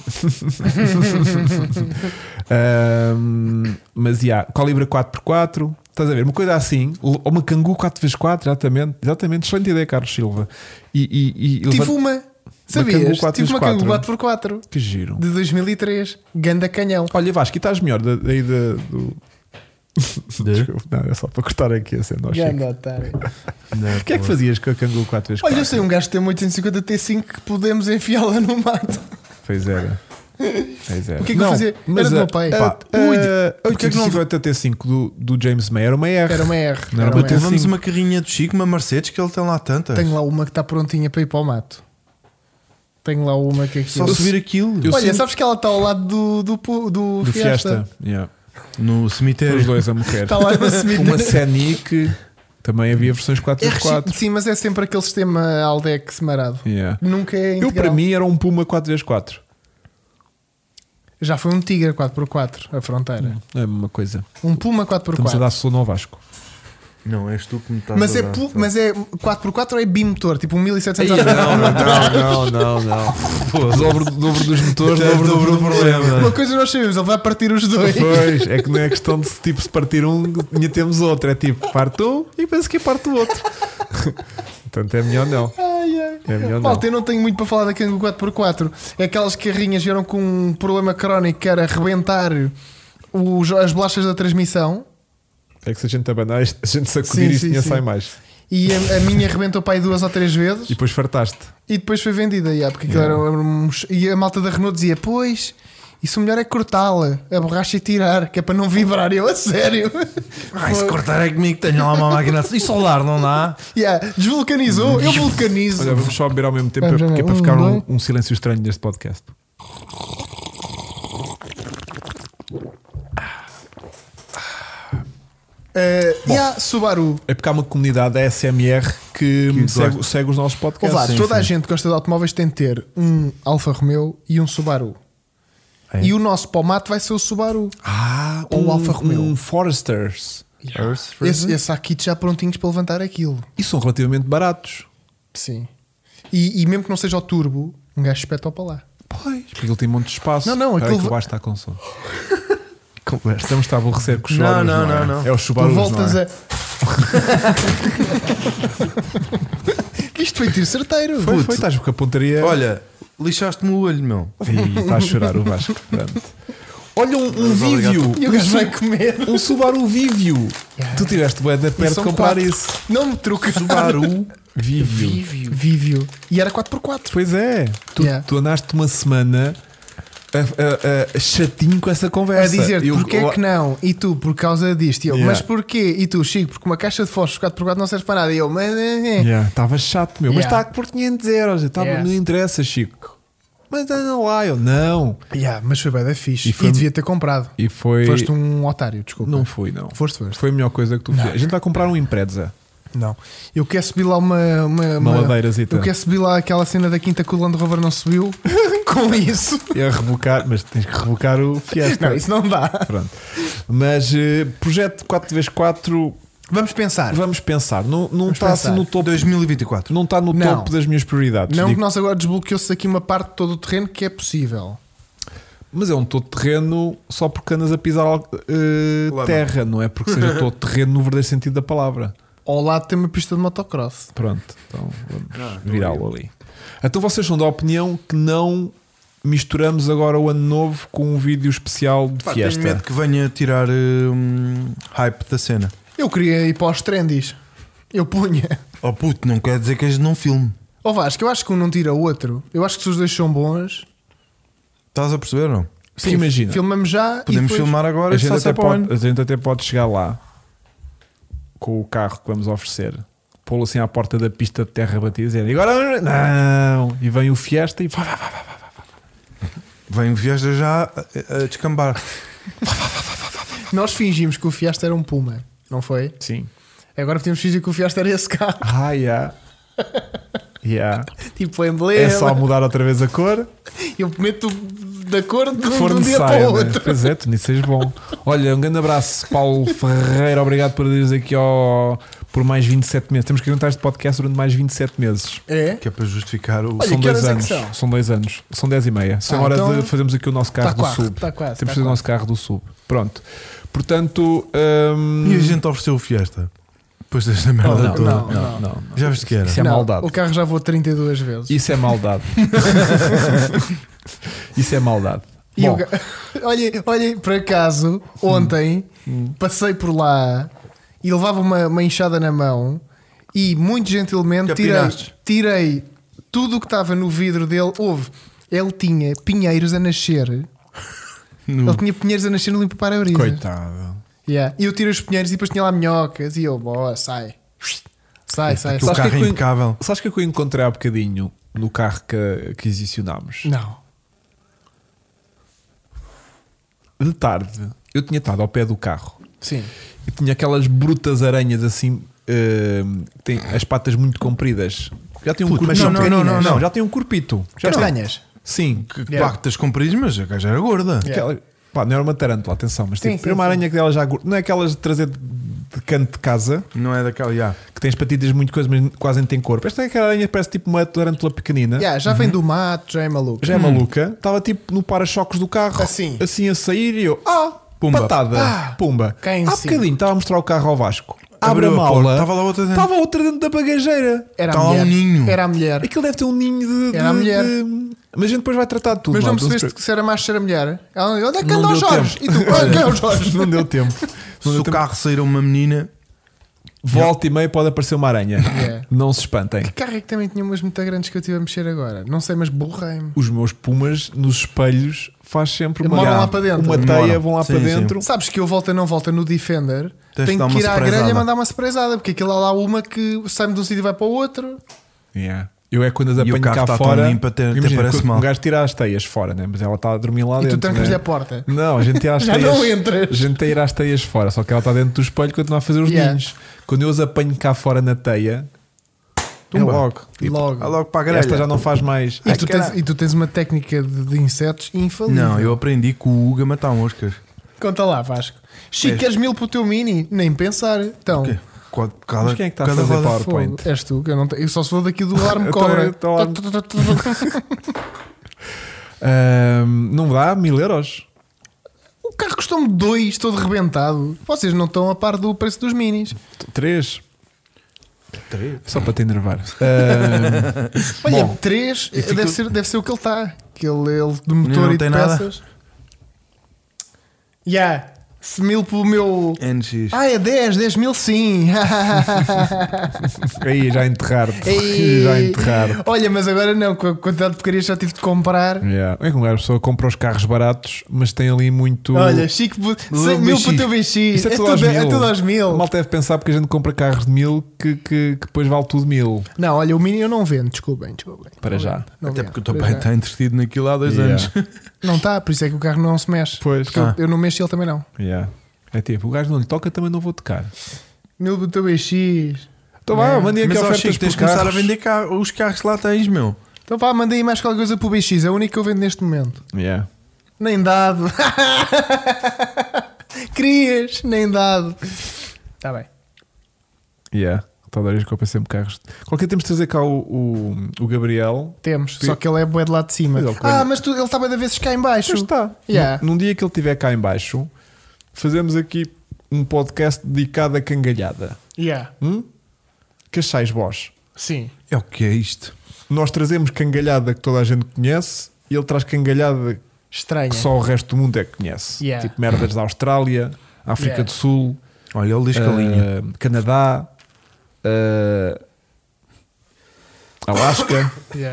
Mas Colibra 4x4, estás a ver? Uma coisa assim, ou uma Kangoo 4x4, exatamente, excelente ideia, Carlos Silva. Tive uma. Sabias? Tive uma Kangoo 4x4. Que giro. De 2003, ganda canhão. Olha, Vasco, e estás melhor daí do... Desculpa, não, é só para cortar aqui a cena. O que é que fazias com a Kangoo 4x4? Olha, eu sei um gajo que tem uma 850 T5 que podemos enfiá-la no mato. Pois era. O que é que eu fazia? Era do meu pai. O 850 T5 do James May era uma R. Era uma R. Não era uma T5. Levamos uma carrinha do Chico, uma Mercedes, que ele tem lá tantas. Tenho lá uma que está prontinha para ir para o mato. Tenho lá uma que é só subir aquilo. Olha, sabes que ela está ao lado do Fiesta. Yeah. No cemitério. Os dois a morrer. Está lá no cemitério. Uma Scenic. Também havia versões 4x4. Sim, mas é sempre aquele sistema Aldex marado. Yeah. Nunca é integral. Eu, para mim, era um Puma 4x4. Já foi um Tigre 4x4 a fronteira. É a mesma coisa. Um Puma 4x4. Estamos a dar sono ao Vasco. Não, és tu que me estás mas a dar. Mas é 4x4 ou é bimotor? Tipo um 1700 Não. O dobro dos motores, dobro do problema. Uma coisa nós sabemos, ele vai partir os dois. Pois, é que não é questão de tipo, se partir um, ainda temos outro. É tipo, parte um e penso que parte o outro. Portanto, é melhor não. É melhor não. Eu não tenho muito para falar da Kangoo 4x4. É aquelas carrinhas vieram com um problema crónico que era arrebentar as bolachas da transmissão. É que se a gente abanar, a gente sacudir isto tinha sai mais. E a minha arrebentou para aí 2 ou 3 vezes. E depois fartaste. E depois foi vendida. Porque aquilo era e a malta da Renault dizia: pois, isso o melhor é cortá-la, a borracha e tirar, que é para não vibrar. Eu, a sério. Se cortar é comigo, tenho lá uma máquina. E soldar não dá? Desvulcanizou, eu vulcanizo. Olha, vamos só beber ao mesmo tempo, porque é para ficar um silêncio estranho neste podcast. Subaru. É porque há uma comunidade da SMR que segue os nossos podcasts. Toda a gente que gosta de automóveis tem de ter um Alfa Romeo e um Subaru. E o nosso palmato vai ser o Subaru. Ou o Alfa Romeo. Um Foresters. Esse há kits já prontinhos para levantar aquilo. E são relativamente baratos. Sim. E mesmo que não seja o turbo, um gajo espeta para lá. Pois, porque ele tem um monte de espaço. Não, aquilo que basta estar com som. Estamos a aborrecer com os Subarus. Não. É os Subarus. Voltas a. Isto foi tiro certeiro. Foi, estás com a pontaria. Olha, lixaste-me o olho, meu. Está a chorar o Vasco. Olha um Vivio. E o gajo vai comer. Um Subaru Vivio. Tu tiveste bué de perto de comprar 4. isso. Não me troca. Subaru Vivio. E era 4x4. Pois é. Tu andaste uma semana chatinho com essa conversa. A dizer porque é que não? E tu, por causa disto. E eu, mas porquê? E tu, Chico, porque uma caixa de fósforos 4x4 não serve para nada. E eu, mas. Estava chato, meu. Mas está por 500 euros. Não interessa, Chico. Mas anda lá, eu não. Mas foi bem da fixe. E devia ter comprado. E foi. Foste um otário, desculpa. Não fui, não. Foste. Foi a melhor coisa que tu fizeste. A gente vai comprar um Impreza. Não, eu quero subir lá uma ladeirazita. Eu quero subir lá aquela cena da quinta que o Land Rover não subiu com isso. É revocar, mas tens que revocar o Fiesta. Não, isso não dá. Pronto. Mas projeto 4x4. Vamos pensar. Não está assim no topo. 2024. Não está no topo das minhas prioridades. Não, que nós agora desbloqueou-se aqui uma parte de todo o terreno que é possível. Mas é um todo terreno só porque andas a pisar terra, não é porque seja todo terreno no verdadeiro sentido da palavra. Ao lado tem uma pista de motocross. Pronto, então vamos virá-lo ali. Então vocês são da opinião que não misturamos agora o ano novo com um vídeo especial de Fiesta? Tenho medo que venha tirar hype da cena. Eu queria ir para os trendies. Eu punha. Oh puto, não quer dizer que a gente não filme. Oh Vasco, eu acho que um não tira o outro. Eu acho que se os dois são bons. Estás a perceber, não? Sim, imagina. Filmamos já. Podemos filmar agora a gente até pode chegar lá com o carro que vamos oferecer, pô-lo assim à porta da pista de terra batida e dizer agora não, e vem o Fiesta e vem o Fiesta já a descambar. Nós fingimos que o Fiesta era um Puma, não foi? Sim. Agora podemos fingir que o Fiesta era esse carro. Tipo o emblema. É só mudar outra vez a cor. Eu meto da cor de um dia para o outro. Né? Pois é, tu nisso és bom. Olha, um grande abraço, Paulo Ferreira. Obrigado por ires aqui por mais 27 meses. Temos que aguentar este podcast durante mais 27 meses. É? Que é para justificar o. São 2 anos. São 2 anos. São 10h30. São hora então de fazermos aqui o nosso carro do sub. Temos que fazer o nosso carro do sub. Pronto. Portanto. E a gente ofereceu o Fiesta. Depois desta merda toda. Não. Já viste que era? Isso é maldade. O carro já voou 32 vezes. Isso é maldade. Isso é maldade. Bom. Olha, por acaso, ontem passei por lá e levava uma enxada na mão e muito gentilmente tirei tudo o que estava no vidro dele. Ele tinha pinheiros a nascer. Ele tinha pinheiros a nascer no limpa-para-brisa. Coitado. E eu tirei os pinheiros e depois tinha lá minhocas e eu, sai. O carro é impecável. Sabes que eu encontrei há bocadinho no carro que aquisicionámos? Não. De tarde, eu tinha estado ao pé do carro. Sim. E tinha aquelas brutas aranhas assim, tem as patas muito compridas. Já tem um corpito. Não, já tem um corpito. Castanhas. Sim. Patas compridas, mas a gaja era gorda. Não era uma tarântula, atenção, mas sim, uma aranha que ela já. Não é aquelas de trazer de canto de casa. Não é daquela, que tem as patitas muito coisas, mas quase não tem corpo. Esta é aquela aranha que parece tipo uma tarântula pequenina. Já vem do mato, já é maluca. Já é maluca. Estava tipo no para-choques do carro, assim a sair, e eu, pumba, patada, pumba. Há bocadinho estava a mostrar o carro ao Vasco. Abre a mala, estava lá outra dentro. Estava outra dentro da bagageira. Era um ninho. Era a mulher. Aquilo deve ter um ninho de. Era a mulher. Mas a gente depois vai tratar de tudo. Mas não percebeste se era macho, se era mulher? Onde é que anda o Jorge? E tu, onde é o Jorge? Não deu tempo. Se o carro sair uma menina, volta e meia pode aparecer uma aranha. Não se espantem. Que carro é que também tinha umas muito grandes que eu estive a mexer agora? Não sei, mas borrei-me. Os meus Pumas nos espelhos faz sempre uma lá para dentro. Uma teia, vão lá para dentro. Sabes que eu volta não volta no Defender. Tenho que ir à grelha e mandar uma surpresada, porque aquilo há lá uma que sai-me de um sítio e vai para o outro. Eu é quando as apanho cá fora. Imagina, parece mal. O gajo tira as teias fora, né? Mas ela está a dormir lá dentro. E tu trancas-lhe a porta. Não, a gente tira as teias. Já não entras. A gente tira as teias fora, só que ela está dentro do espelho e continua a fazer os ninhos. Quando eu as apanho cá fora na teia, logo. Logo para a grelha. Esta já não faz mais. E tu tens uma técnica de insetos infalível. Não, eu aprendi com o Hugo a matar moscas. Conta lá, Vasco. Chico, queres 1000 para o teu Mini? Nem pensar. Então. Mas quem é que está a fazer PowerPoint? És tu, que eu só sou daqui do alarme cobra. Não dá 1000 euros. O carro custou-me 2, todo rebentado. Vocês não estão a par do preço dos Minis. 3. Só para te enervar. Olha, 3 deve ser o que ele está. Aquele de motor e de peças. 1000 pelo meu NX. é 10 mil sim. Aí já enterrar-te. Já enterrar. Olha, mas agora não, com a quantidade de porcaria já tive de comprar. É como a pessoa compra os carros baratos, mas tem ali muito. Olha, Chico, 100 mil para o teu BX. Isto é tudo aos 1000. O mal deve pensar porque a gente compra carros de 1000 que depois vale tudo 1000. Não, olha, o Mini eu não vendo, desculpem. Para já. Até porque o teu pai está entretido naquilo há 2 anos. Não está, por isso é que o carro não se mexe. Pois. Eu não mexo e ele também não. É tipo, o gajo não lhe toca, também não vou tocar. 1000 para o teu BX. Então vá, mandei aqui ofertas tens por de começar carros. a vender os carros que lá tens, meu. Então vá, mandei mais qualquer coisa para o BX. É o único que eu vendo neste momento. Nem dado. Querias, nem dado. Está bem. Talvez que eu pensei em carros. Qualquer temos de trazer cá o Gabriel. Temos, só que ele é bué de lá de cima. Mas ele está bem de vezes cá em baixo. Mas está. Num dia que ele estiver cá em baixo, fazemos aqui um podcast dedicado a cangalhada. Que achais vós? Sim. É o que é isto? Nós trazemos cangalhada que toda a gente conhece e ele traz cangalhada estranha que só o resto do mundo é que conhece. Tipo merdas da Austrália, África do Sul. Olha, ele diz calinha. Canadá, Alasca,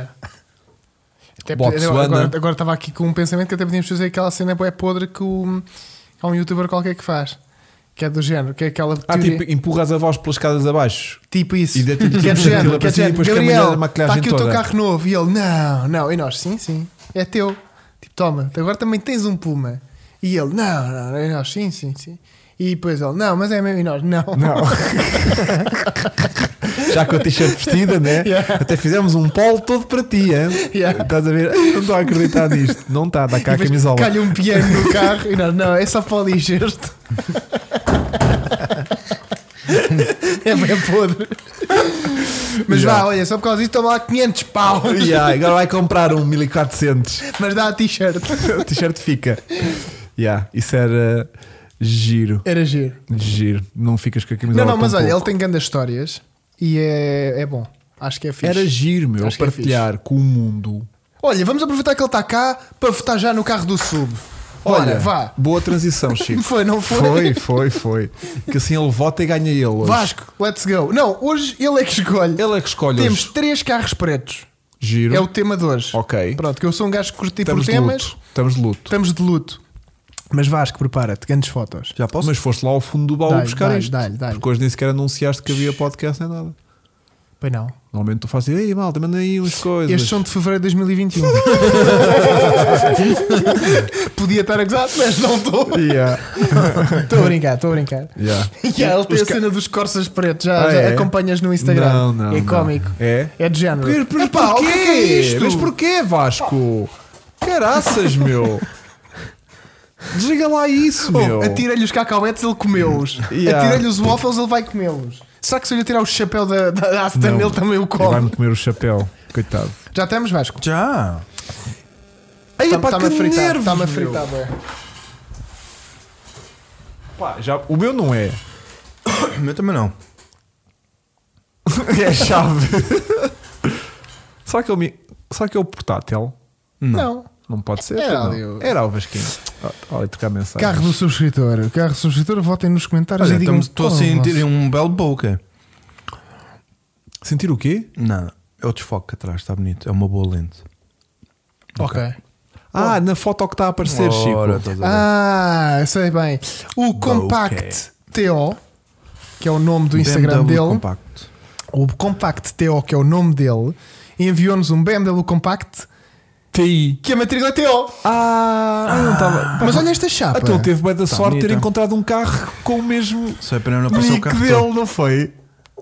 Botsuana. Agora estava aqui com um pensamento que até podíamos fazer aquela cena bué podre que há um youtuber qualquer que faz, que é do género, que é aquela tipo, empurras a voz pelas escadas abaixo, tipo isso, e que é do género, que é depois Gabriel, está aqui o teu carro novo, e ele, não, e nós, sim, é teu, tipo, toma, agora também tens um Puma, e ele, não, e nós, sim, e depois ele, não, mas é mesmo, e nós, não. Já com a t-shirt vestida, né? Até fizemos um polo todo para ti, hein? Estás a ver? Não estou a acreditar nisto. Não está, dá cá a camisola. Calha um piano no carro e nós, não, é só para o ligeiro-te. É bem podre. Mas vá, olha, só por causa disso toma lá 500 paus. Agora vai comprar um 1400. Mas dá a t-shirt. A t-shirt fica. Isso era giro. Era giro. Não ficas com a camisola. Não, mas olha, ele tem grandes histórias e é bom. Acho que é fixe. Era giro, meu, partilhar com o mundo. Olha, vamos aproveitar que ele está cá para votar já no carro do Sub. Olha, vá. Boa transição, Chico. Não foi? Foi. Que assim ele vota e ganha ele hoje. Vasco, let's go. Não, hoje ele é que escolhe. Temos 3 carros pretos. Giro. É o tema de hoje. Ok. Pronto, que eu sou um gajo que curti por temas. Estamos de luto. Mas Vasco, prepara-te, grandes fotos. Já posso? Mas foste lá ao fundo do baú buscar isto. Dá-lhe. Porque hoje nem sequer anunciaste que havia podcast nem nada. Pois não. Normalmente tu fazes ei malta, manda aí umas coisas. Estes são de fevereiro de 2021. Podia estar a gozar, mas não estou. Estou a brincar. Ele tem a cena dos Corsas pretos. Já acompanhas no Instagram. Não, é cómico. É de género. Mas porquê? O que é isto? Mas porquê, Vasco? Caraças, meu. Desliga lá isso, meu. Atira-lhe os cacauetes, ele comeu-os. Atira-lhe os waffles, ele vai comê-los. Será que se eu lhe tirar o chapéu da Aston, ele também o come? Vai-me comer o chapéu, coitado. Já temos, Vasco? Já. Está-me a fritar, O meu não é. O meu também não. É a chave. Será que é o portátil? Não. Não pode ser? Era o Vasquinho. Olha, trocar mensagem. Carro do subscritor. Votem nos comentários e digam. Estou a sentir um belo bokeh. Sentir o quê? Não, é o desfoque atrás, está bonito. É uma boa lente. Ok. Na foto que está a aparecer, Chico. Sei bem. O Compact TO, que é o nome do Instagram BMW dele. Compact. O Compact TO, que é o nome dele, enviou-nos um BMW Compact TI, que a matrícula é TO. Não estava. Mas olha esta chapa. Então teve bem da sorte de ter bonita. encontrado um carro com o mesmo Só é para não aparecer o carro dele, todo. não foi?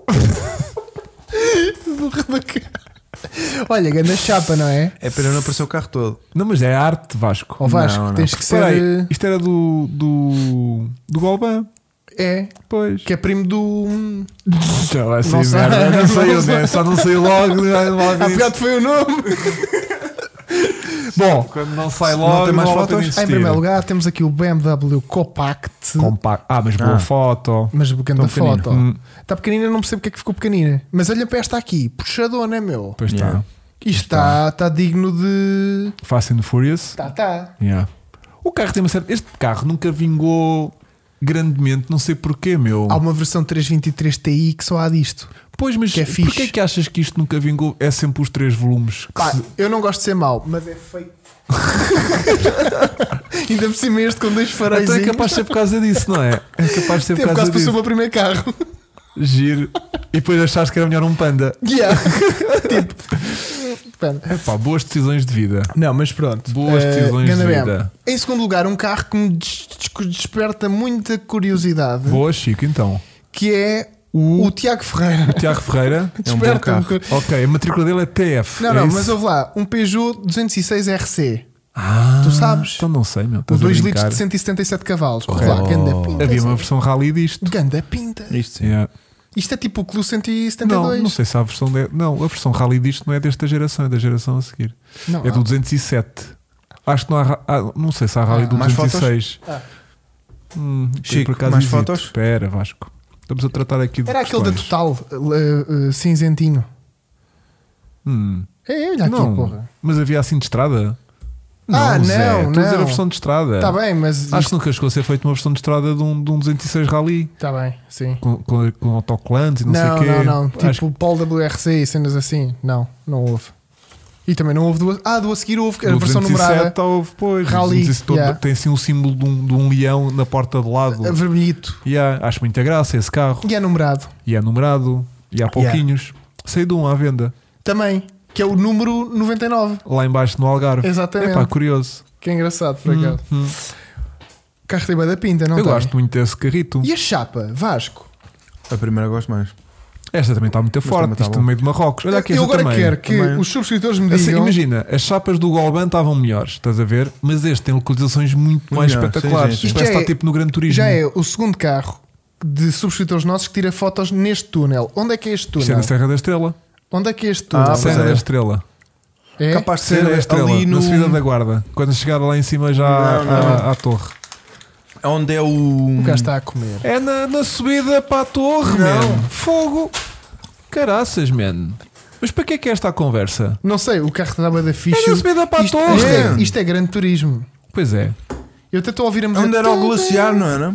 Olha, grande chapa, não é? É para não aparecer o carro todo. Não, mas é arte, Vasco. Ó Vasco, Não. tens que ser. Peraí, isto era do Golban. É, Pois. que é primo do. Já vai Não ser sei. merda. Não saiu, né? Só não saiu logo. Afiado foi o nome. Bom, quando não sai logo, não tem mais vale a pena fotos? insistir. Em primeiro lugar, temos aqui o BMW Compact. Compacto. Mas boa foto. Mas grande pequenino. foto. Está pequenina, não percebo porque é que ficou pequenina. Mas olha para esta aqui, puxadona, meu. Pois está. Yeah. Isto está digno de. Fast and Furious. Tá. Yeah. O carro tem uma certa. Este carro nunca vingou grandemente, não sei porquê, meu. Há uma versão 323 Ti que só há disto. Pois, mas porquê é que achas que isto nunca vingou? É sempre os 3 volumes. Eu não gosto de ser mau, mas é feio. Ainda por cima este com 2 faróis. Então é capaz de ser por causa disso, não é? É capaz de ser por causa disso. Passou o meu primeiro carro. Giro. E depois achaste que era melhor um Panda. Tipo, epá, boas decisões de vida. Não, mas pronto. Boas decisões de vida. Em segundo lugar, um carro que me desperta muita curiosidade. Boa, Chico, então. Que é o Tiago Ferreira. O Tiago Ferreira é um bom carro. Ok, a matrícula dele é TF. Não, mas ouve lá. Um Peugeot 206 RC. Tu sabes? Então não sei, meu. O 2 litros de 177 cavalos. Lá, ganda pinta. Havia uma versão rally disto. Ganda pinta. Isto sim. Yeah. Isto é tipo o Clio 172. Não sei se a versão não, a versão rally disto não é desta geração, é da geração a seguir. Não, é do 207. Acho que não há, não sei se há rally do 206. Chico, por acaso mais hesito. fotos? Espera, Vasco. Estamos a tratar aqui de Era aquele da questões. Total cinzentinho. Olha aqui, não, porra. mas havia assim de estrada? Não. Estou a dizer a versão de estrada. Está bem, mas acho que nunca chegou a ser feita uma versão de estrada de um 206 Rally. Está bem, sim. Com autocolantes e não sei o quê. Não. Tipo o Polo WRC e cenas assim. Não houve. E também não houve do a seguir houve a versão numerada. Houve, pois. Rally. Tem assim um símbolo de um leão na porta de lado. Vermelhito. Acho muita graça esse carro. E é numerado. E há pouquinhos. Sei de um à venda. Também. Que é o número 99. Lá embaixo no Algarve. Exatamente. Epá, curioso. Que é engraçado, por acaso. O carro tem bem da pinta, não Eu tem? gosto muito desse carrito. E a chapa, Vasco? A primeira gosto mais. Esta também está muito forte. Isto no meio de Marrocos. Olha aqui, eu agora também. quero que os subscritores me digam. Assim, imagina, as chapas do Golban estavam melhores, estás a ver? Mas este tem localizações muito mais espetaculares. Sim. Isto parece estar tipo no Gran Turismo. Já é o segundo carro de subscritores nossos que tira fotos neste túnel. Onde é que é este túnel? Isto é da Serra da Estrela. Onde é que é este túnel? Serra da Estrela. É? Capaz de Serra ser da Estrela, ali na no... subida da Guarda. Quando chegar lá em cima já à torre. Onde é o... O gajo está a comer. É na subida para a torre, man. Fogo. Caraças, man. Mas para que é esta a conversa? Não sei, o carro estava da ficha. É na subida para a torre. Isto é grande turismo. Pois é. Eu até estou a ouvir a música. Onde era o glaciar, não era?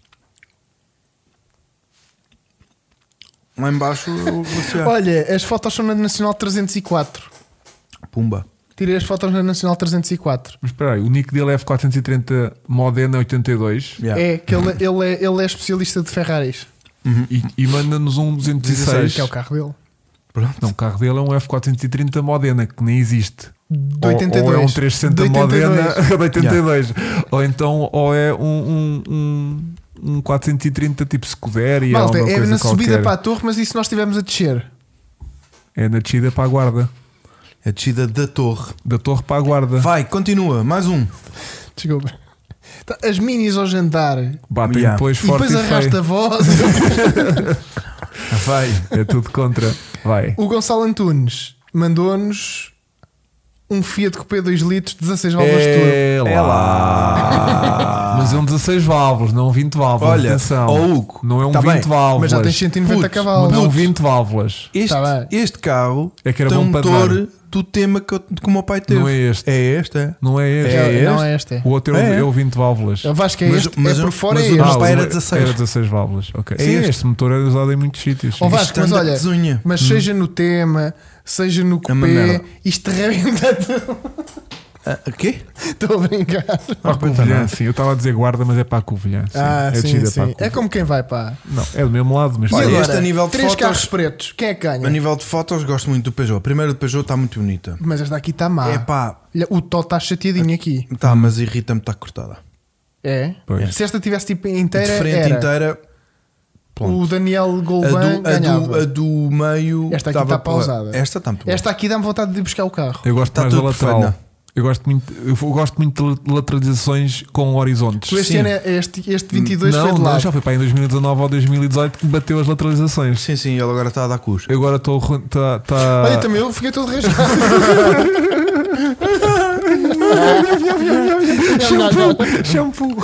Lá embaixo o glaciar. Olha, as fotos são na Nacional 304. Pumba. Tirei as fotos na Nacional 304. Mas espera aí, o nick dele é F430 Modena 82. É que ele é especialista de Ferraris. E manda-nos um 206. Que é o carro dele. Pronto. Não, o carro dele é um F430 Modena que nem existe. De 82. Ou é um 360 de Modena de 82. Ou então é um 430 tipo Scuderia. Malta, é na qualquer. subida para a torre, mas isso nós estivemos a descer. É na descida para a Guarda. A descida da torre. Da torre para a Guarda. Vai, continua. Mais um. Desculpa. As minis ao jantar. Batem depois e forte depois arrasta a voz. Vai. É tudo contra. Vai. O Gonçalo Antunes mandou-nos um Fiat Coupé 2 litros, 16 válvulas de turbo. É lá. Mas é um 16 válvulas, não um 20 válvulas. Olha, atenção. Hugo, não é um tá 20 bem, válvulas. mas já tens 190 cavalos. Não, 20 válvulas. Este carro é que era tem bom um para motor do tema que o meu pai teve. Não é este. É este, é? Não é este. Não é este. O outro é o 20 válvulas. Eu acho que é este. Mas é por fora mas é o este. meu pai era 16. Era 16 válvulas. Okay. É Sim, este. este motor era usado em muitos sítios. Oh, Vasco, mas olha, pesunha. mas seja no tema, seja no coupé, isto rebenta tudo. O quê? Estou a brincar. Para a Covilhã, sim. Eu estava a dizer Guarda, mas é para a Covilhã. Sim. É como quem vai, pá. Não, é do mesmo lado, mas E agora, este a nível de 3 fotos, carros pretos, quem é que ganha? A nível de fotos, gosto muito do Peugeot. A primeira do Peugeot está muito bonita. Mas esta aqui está má. É pá. O Tó está chateadinho aqui. Tá, mas irrita-me estar cortada. É? Pois. Se esta tivesse tipo inteira, De frente era. inteira. Pronto. O Daniel Golban ganhava. A do meio. Esta aqui está pausada. Esta está muito boa. Esta aqui dá-me vontade de ir buscar o carro. Eu gosto Está mais da tudo lateral. perfeito, Eu gosto muito de lateralizações com horizontes. Tu este ano, este 22 foi de Não, lado. já foi para aí em 2019 ou 2018 que bateu as lateralizações. Sim, ele agora está a dar cus. Eu agora estou. Olha, também eu fiquei todo rajado. Shampoo.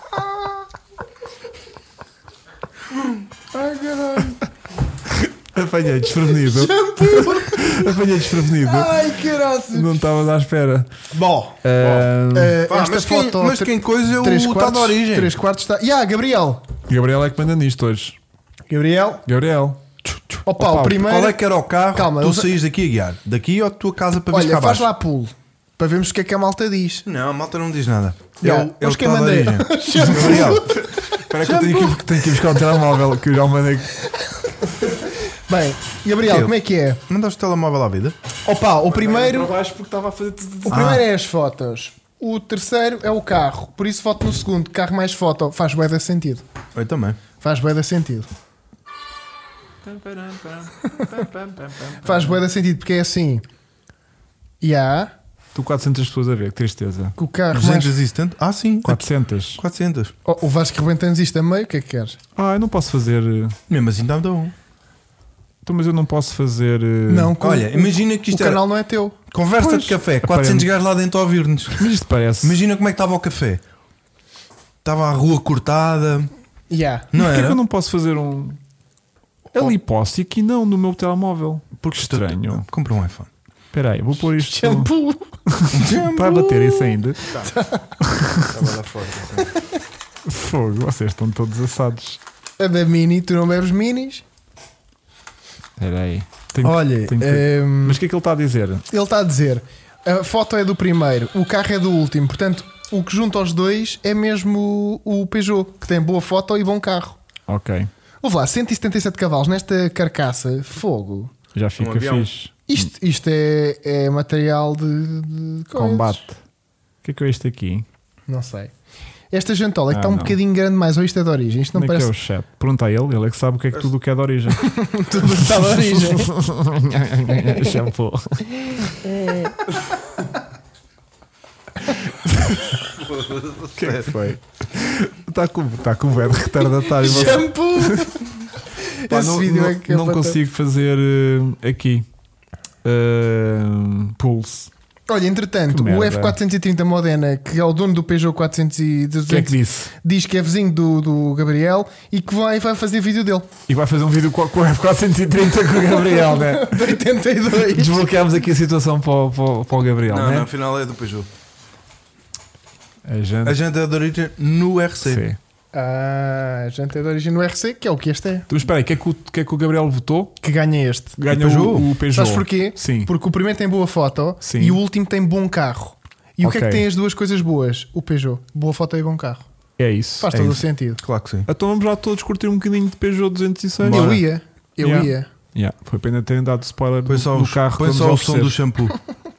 Ai, caralho. Apanhei desprevenido. Apanhei desprevenido. Ai, caralho. Não estava à espera. Bom, esta foto. Mas quem coisa é o tal da origem. 3/4 está. Gabriel. Gabriel é que manda nisto hoje. Gabriel. Opa, o primeiro. Qual é que era o carro? Calma, tu saís daqui a guiar? Daqui ou da tua casa para ver cá faz abaixo? lá pulo. Para vermos o que é que a malta diz. Não, a malta não diz nada. É o que mandei. Gabriel. Espera que eu tenho que ir buscar o telemóvel que eu já mandei. Bem, Gabriel, como é que é? Mandaste o telemóvel à vida? Opa, o primeiro. Para baixo porque estava a fazer. O primeiro é as fotos. O terceiro é o carro. Por isso voto no segundo. Carro mais foto. Faz bué de sentido. Eu também. Faz bué de sentido. Faz bué de sentido porque é assim. Tu 400 pessoas a ver, que tristeza. Que o carro 270? Ah, sim. 400. 400. O Vasco rebentando isto a meio, o que é que queres? Eu não posso fazer. Mesmo assim dá um. Então, mas eu não posso fazer. Não, olha, imagina que isto o canal não é teu. Conversa de café, 400 gajos lá dentro a ouvir-nos. Mas isto parece. Imagina como é que estava o café. Estava a rua cortada. Não Porquê era? que eu não posso fazer um. Ali posso e aqui não, no meu telemóvel. Porque estranho. Compra um iPhone. Espera aí, vou pôr isto. Shampoo. Vai bater isso ainda. Estava lá fora. Fogo, vocês estão todos assados. A da Mini, tu não bebes Minis? Espera aí. Olha, mas o que é que ele está a dizer? Ele está a dizer: a foto é do primeiro, o carro é do último. Portanto, o que junta os dois é mesmo o Peugeot, que tem boa foto e bom carro. Ok. Ouve lá, 177 cavalos nesta carcaça, fogo. Já fica fixe. Isto é material de combate. O que é este aqui? Não sei. Esta jantola que está um bocadinho grande mais, ou isto é de origem? Isto não onde parece. É que é o chat? Pergunta a ele é que sabe o que é que tudo o que é de origem. Tudo que está de origem. Shampoo. O que é que foi? Está com o velho retardatário. Shampoo! Esse vídeo é que não consigo fazer aqui pulse. Olha, entretanto, o F430 Modena, que é o dono do Peugeot 400 e 200, que é que disse? Diz que é vizinho do Gabriel e que vai fazer vídeo dele. E vai fazer um vídeo com o F430 com o Gabriel, né? De 82. Desbloqueámos aqui a situação para o Gabriel, não, né? Não, afinal é do Peugeot. A janta é de origem no RC. Sim. A janta é de origem no RC, que é o que este é. Tu espera aí, o que é que o Gabriel votou? Que ganha este. Ganha o Peugeot. Sabes porquê? Sim. Porque o primeiro tem boa foto. Sim. E o último tem bom carro. E o que é que tem as duas coisas boas? O Peugeot. Boa foto e bom carro. É isso. Faz todo o sentido. Claro que sim. Então vamos lá todos curtir um bocadinho de Peugeot 206. Eu ia. Foi pena terem dado spoiler do carro. Põe só o som do shampoo.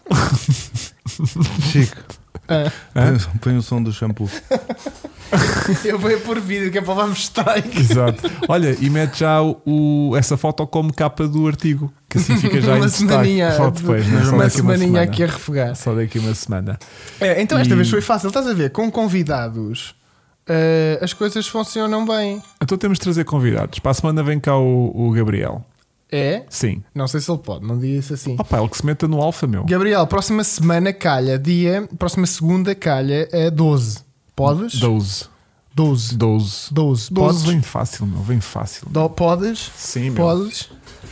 Chico. Põe o som do shampoo. Eu vou pôr vídeo que é para levarmos strike. Exato. Olha, e mete já essa foto como capa do artigo, que assim fica já uma em semaninha, depois, uma semaninha aqui a refogar. Só daqui uma semana. Então esta vez foi fácil. Estás a ver, com convidados as coisas funcionam bem. Então temos de trazer convidados. Para a semana vem cá o Gabriel. É? Sim. Não sei se ele pode, não diga isso assim. Opa, ele que se meta no alfa, meu. Gabriel, próxima semana calha, próxima segunda calha é 12. Podes? 12. Podes? Vem fácil, meu. Vem fácil. Podes? Sim, meu. Podes?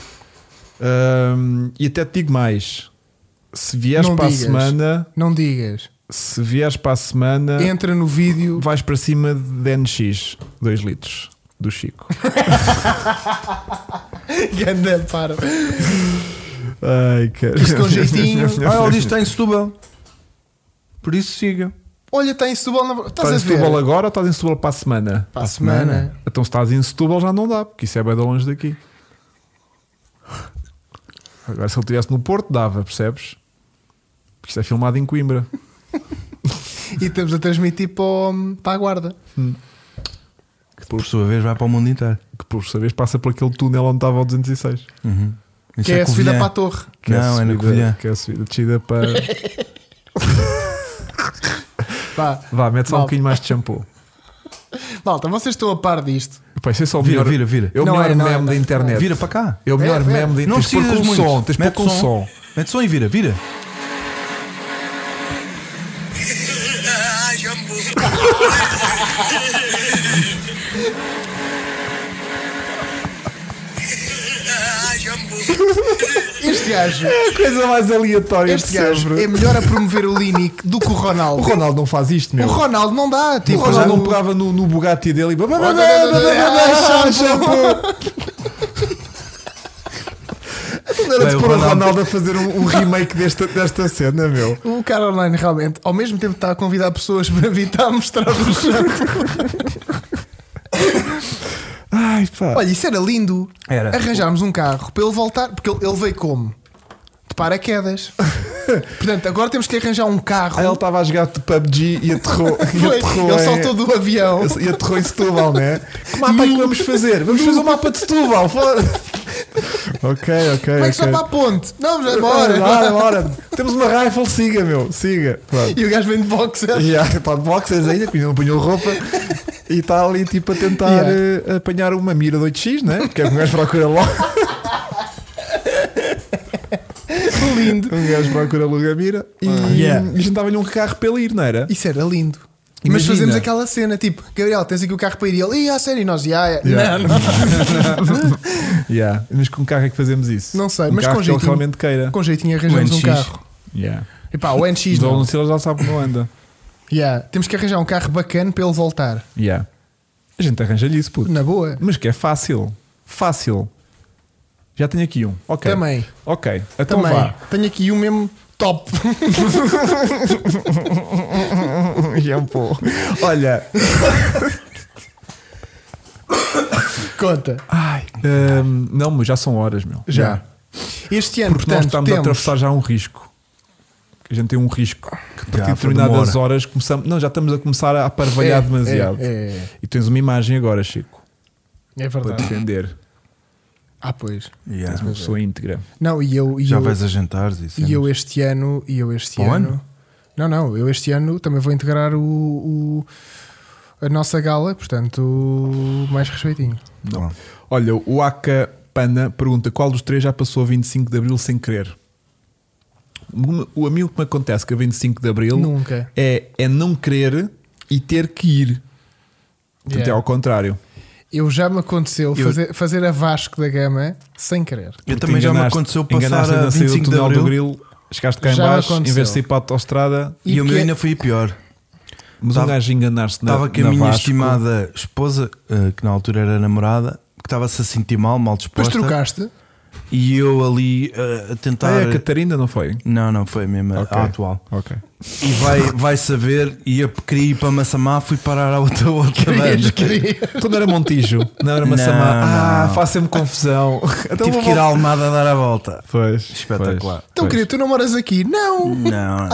E até te digo mais. Se vieres para a semana. Não digas. Se vieres para a semana. Entra no vídeo. Vais para cima de NX 2 litros do Chico. Ganda paro. Ai, cara. Isto com jeitinho. Ele diz que está em Setúbal. Por isso siga. Olha, está em Setúbal. Estás em Setúbal agora ou estás em Setúbal para a semana? Para a semana. Então se estás em Setúbal já não dá, porque isso é bem de longe daqui. Agora se ele estivesse no Porto dava, percebes? Porque isto é filmado em Coimbra. E estamos a transmitir para a Guarda. Que por sua vez vai para o mundo inteiro. Que por sua vez passa por aquele túnel onde estava o 206. Que é a subida para a torre. Não, é na Covilhã. Que é a subida descida para... Vá, mete só um bocadinho mais de shampoo. Malta, vocês estão a par disto. Pá, isso é só o vira. É o melhor meme da internet. Vira para cá. É o melhor meme da internet. Não precisas com muito. som. Tens de pôr com som. Mete som e vira. Este gajo é a coisa mais aleatória. Este gajo é melhor a promover o Lineik do que o Ronaldo. O Ronaldo não faz isto, meu. O Ronaldo não dá. Tipo, o Ronaldo não pegava no Bugatti dele e. Não era de pôr o Ronaldo a fazer um remake desta cena, meu. O cara online realmente, ao mesmo tempo, está a convidar pessoas para vir estar a mostrar o chão. Ai, pá. Olha, isso era lindo. Era. Arranjarmos um carro para ele voltar, porque ele veio como? De paraquedas. Portanto, agora temos que arranjar um carro. Aí ele estava a jogar de PUBG e aterrou. Ele saltou do avião e aterrou em Setúbal, né? Que mapa é que vamos fazer? Vamos fazer um mapa de Setúbal. Ok. Como é que só para a ponte? Não, já bora. Bora. Temos uma rifle, siga, meu. Siga. Pronto. E o gajo vem de boxers. De boxers ainda, porque não apanhou roupa. E está ali tipo a tentar apanhar uma mira de 8x, né? Porque é que um gajo procura logo. Lindo. Um gajo procura logo a mira e a gente dava-lhe um carro para ele ir, não era? Isso era lindo. Imagina. Mas fazemos aquela cena tipo, Gabriel, tens aqui o carro para ir. E ele, a sério, e nós, Não. Mas com que carro é que fazemos isso? Não sei, um mas carro com que ele jeitinho. realmente queira. Com jeitinho arranjamos um carro. E pá, o NX não. O Silas já sabe como anda. Temos que arranjar um carro bacana para ele voltar. A gente arranja-lhe isso, puto. Na boa. Mas que é fácil. Já tenho aqui um. Ok. Também. Ok. Então Também. vá. Tenho aqui um mesmo top. Olha. Conta. Não, mas já são horas, meu. Já. Este ano, porque portanto, nós estamos a atravessar já um risco. A gente tem um risco que a partir de determinadas horas começamos. Não, já estamos a começar a parvalhar demasiado. E tens uma imagem agora, Chico. É verdade. Para defender. Pois. Tens uma pessoa íntegra. Não, já vais a jantares isso. E eu este ano. Não, eu este ano também vou integrar a nossa gala, portanto, mais respeitinho. Não. Olha, o Aka Pana pergunta qual dos três já passou a 25 de Abril sem querer. O amigo que me acontece com a 25 de Abril nunca é não querer e ter que ir. Portanto, é ao contrário. Eu já me aconteceu fazer a Vasco da Gama sem querer. Eu também já me aconteceu passar a 25 de Abril. Do Grilo. Chegaste cá em baixo, em vez de sair para a autostrada. E o meu ainda foi pior. Mas um gajo enganar-se na Estava com a minha Vasco. estimada esposa, que na altura era namorada, que estava-se a sentir mal disposta. Mas trocaste? E eu ali a tentar. A Catarina não foi? Não foi mesmo a atual. Ok. E vai saber. E eu queria ir para Massamá, fui parar a outra banda. Tu não era Montijo, não era Massamá. Faz sempre confusão. Então tive que ir à Almada a dar a volta. Pois. Espetacular. Então, querido, tu não moras aqui? Não. Não.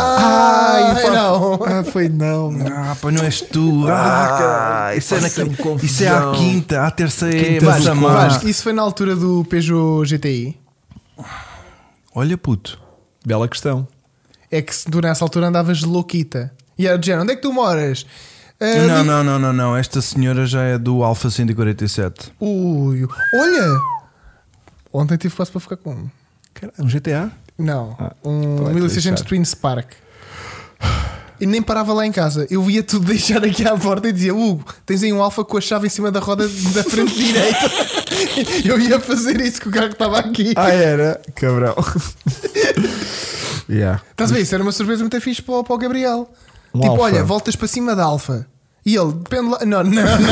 Foi não. Pois não és tu. Isso é à quinta, à terça é Vasco, isso foi na altura do Peugeot GTI? Olha, puto. Bela questão. É que tu nessa altura andavas louquita. E era de género, onde é que tu moras? Não. Esta senhora já é do Alfa 147. Ui, olha! Ontem tive quase para ficar com um. Um GTA? Não, um 1600 Twin Spark. E nem parava lá em casa. Eu via tudo deixar aqui à porta e dizia: Hugo, tens aí um Alfa com a chave em cima da roda da frente direita. Eu ia fazer isso com o carro que estava aqui. Era? Cabrão. Estás a ver? Isso era uma surpresa muito fixe para o Gabriel. Tipo, Alfa. Olha, voltas para cima da Alfa. E ele, depende lá. Não.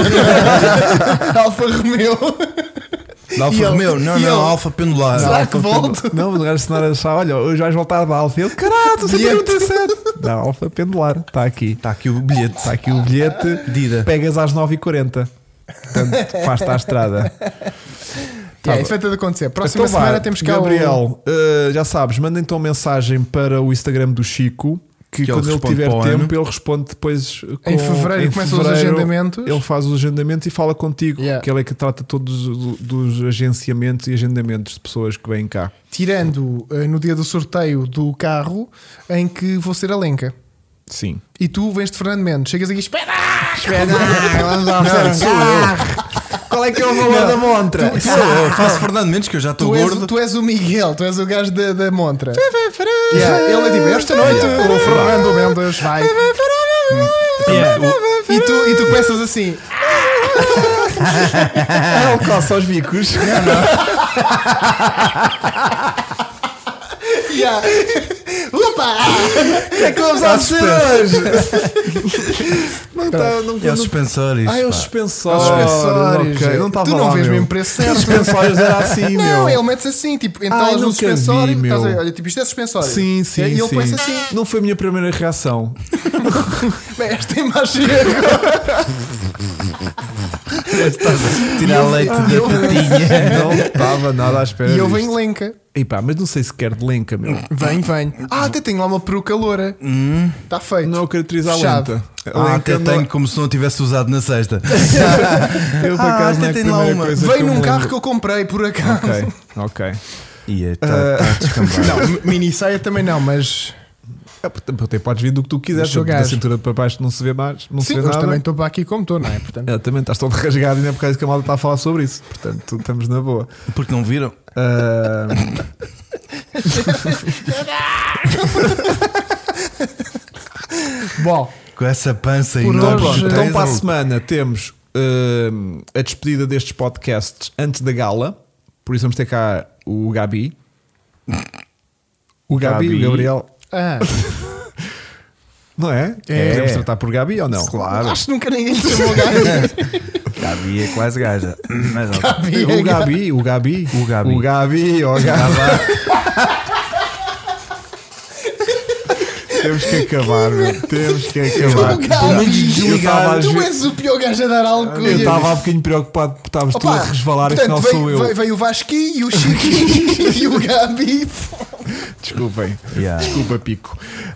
Alfa Romeo. Alfa Romeo? Não, Alfa Pendular. Será que volto? Não, mas o gajo se não achar, olha, hoje vais voltar da Alfa. Ele, caralho, 137. Não, Alfa Pendular. Está aqui. Está aqui o bilhete. Está aqui o bilhete. Dida. Pegas às 9h40. Portanto, faz-te à estrada. Isso vai ter de acontecer. Próxima semana temos cá Gabriel, já sabes, manda então mensagem para o Instagram do Chico. Que quando ele tiver tempo, ele responde depois. Em fevereiro começa os agendamentos. Ele faz os agendamentos e fala contigo. Que ele é que trata todos dos agenciamentos e agendamentos de pessoas que vêm cá. Tirando no dia do sorteio do carro, em que vou ser a Lenca. Sim. E tu vens de Fernando Mendes, chegas aqui, espera! Qual é que é o valor da montra? Eu faço Fernando Mendes, que eu já estou gordo. Tu és o Miguel, tu és o gajo da montra. Ele é tipo, esta noite o Fernando Mendes vai. E tu começas assim. Ele coça aos bicos. Opa! O que é que vamos fazer hoje? É os suspensórios. Ah, é os suspensórios. Ok. Não estava tu não lá, vês meu. mesmo preço certo. Os suspensórios era assim, Não, meu. ele mete-se assim, tipo, entralas no nunca suspensório. vi, meu. Estás a ver? Olha, tipo, isto é suspensório. Sim, sim, E ele sim. põe-se assim. Não foi a minha primeira reação. Bem, esta imagem agora. Tirar leite da patinha. Não estava nada à espera E eu disto. venho lenca. E pá, mas não sei se quer de lenca, meu. Vem. Até tenho lá uma peruca loura. Está feito. Não caracteriza a Fechado. lenta. Até tenho como se não tivesse usado na sexta. Eu por acaso não é a até tem lá primeira uma. coisa Veio que eu num me carro lembro. que eu comprei, por acaso. Ok. E está descambrado. Não, mini saia também não, mas. Até podes vir do que tu quiseres. Sou Da gajo. cintura para baixo não se vê mais. Não Sim, se vê mas nada. também estou para aqui como estou, não é? Portanto, Também estás todo rasgado e não é por causa que a malta está a falar sobre isso. Portanto, estamos na boa. Porque não viram? bom, Com essa pança Por enorme. hoje, Então para a semana temos a despedida destes podcasts antes da gala. Por isso vamos ter cá o Gabi. O Gabi, o Gabriel. Não é? É. Podemos tratar por Gabi ou não? Claro. acho que nunca ninguém te chamou Gabi. Gabi é quase gaja. Mas não. Gabi, O Gabi. O Gabi. O Gabi. Temos que acabar, meu. Temos que acabar. O Gabi. Eu estava às Tu vezes- és o pior gajo a dar algo. Eu estava um bocadinho preocupado porque estavas tu a resvalar e portanto, afinal sou eu. Veio o Vasquinho, o Chiquinho e o Gabi. Desculpem. Yeah. Desculpa, Pico.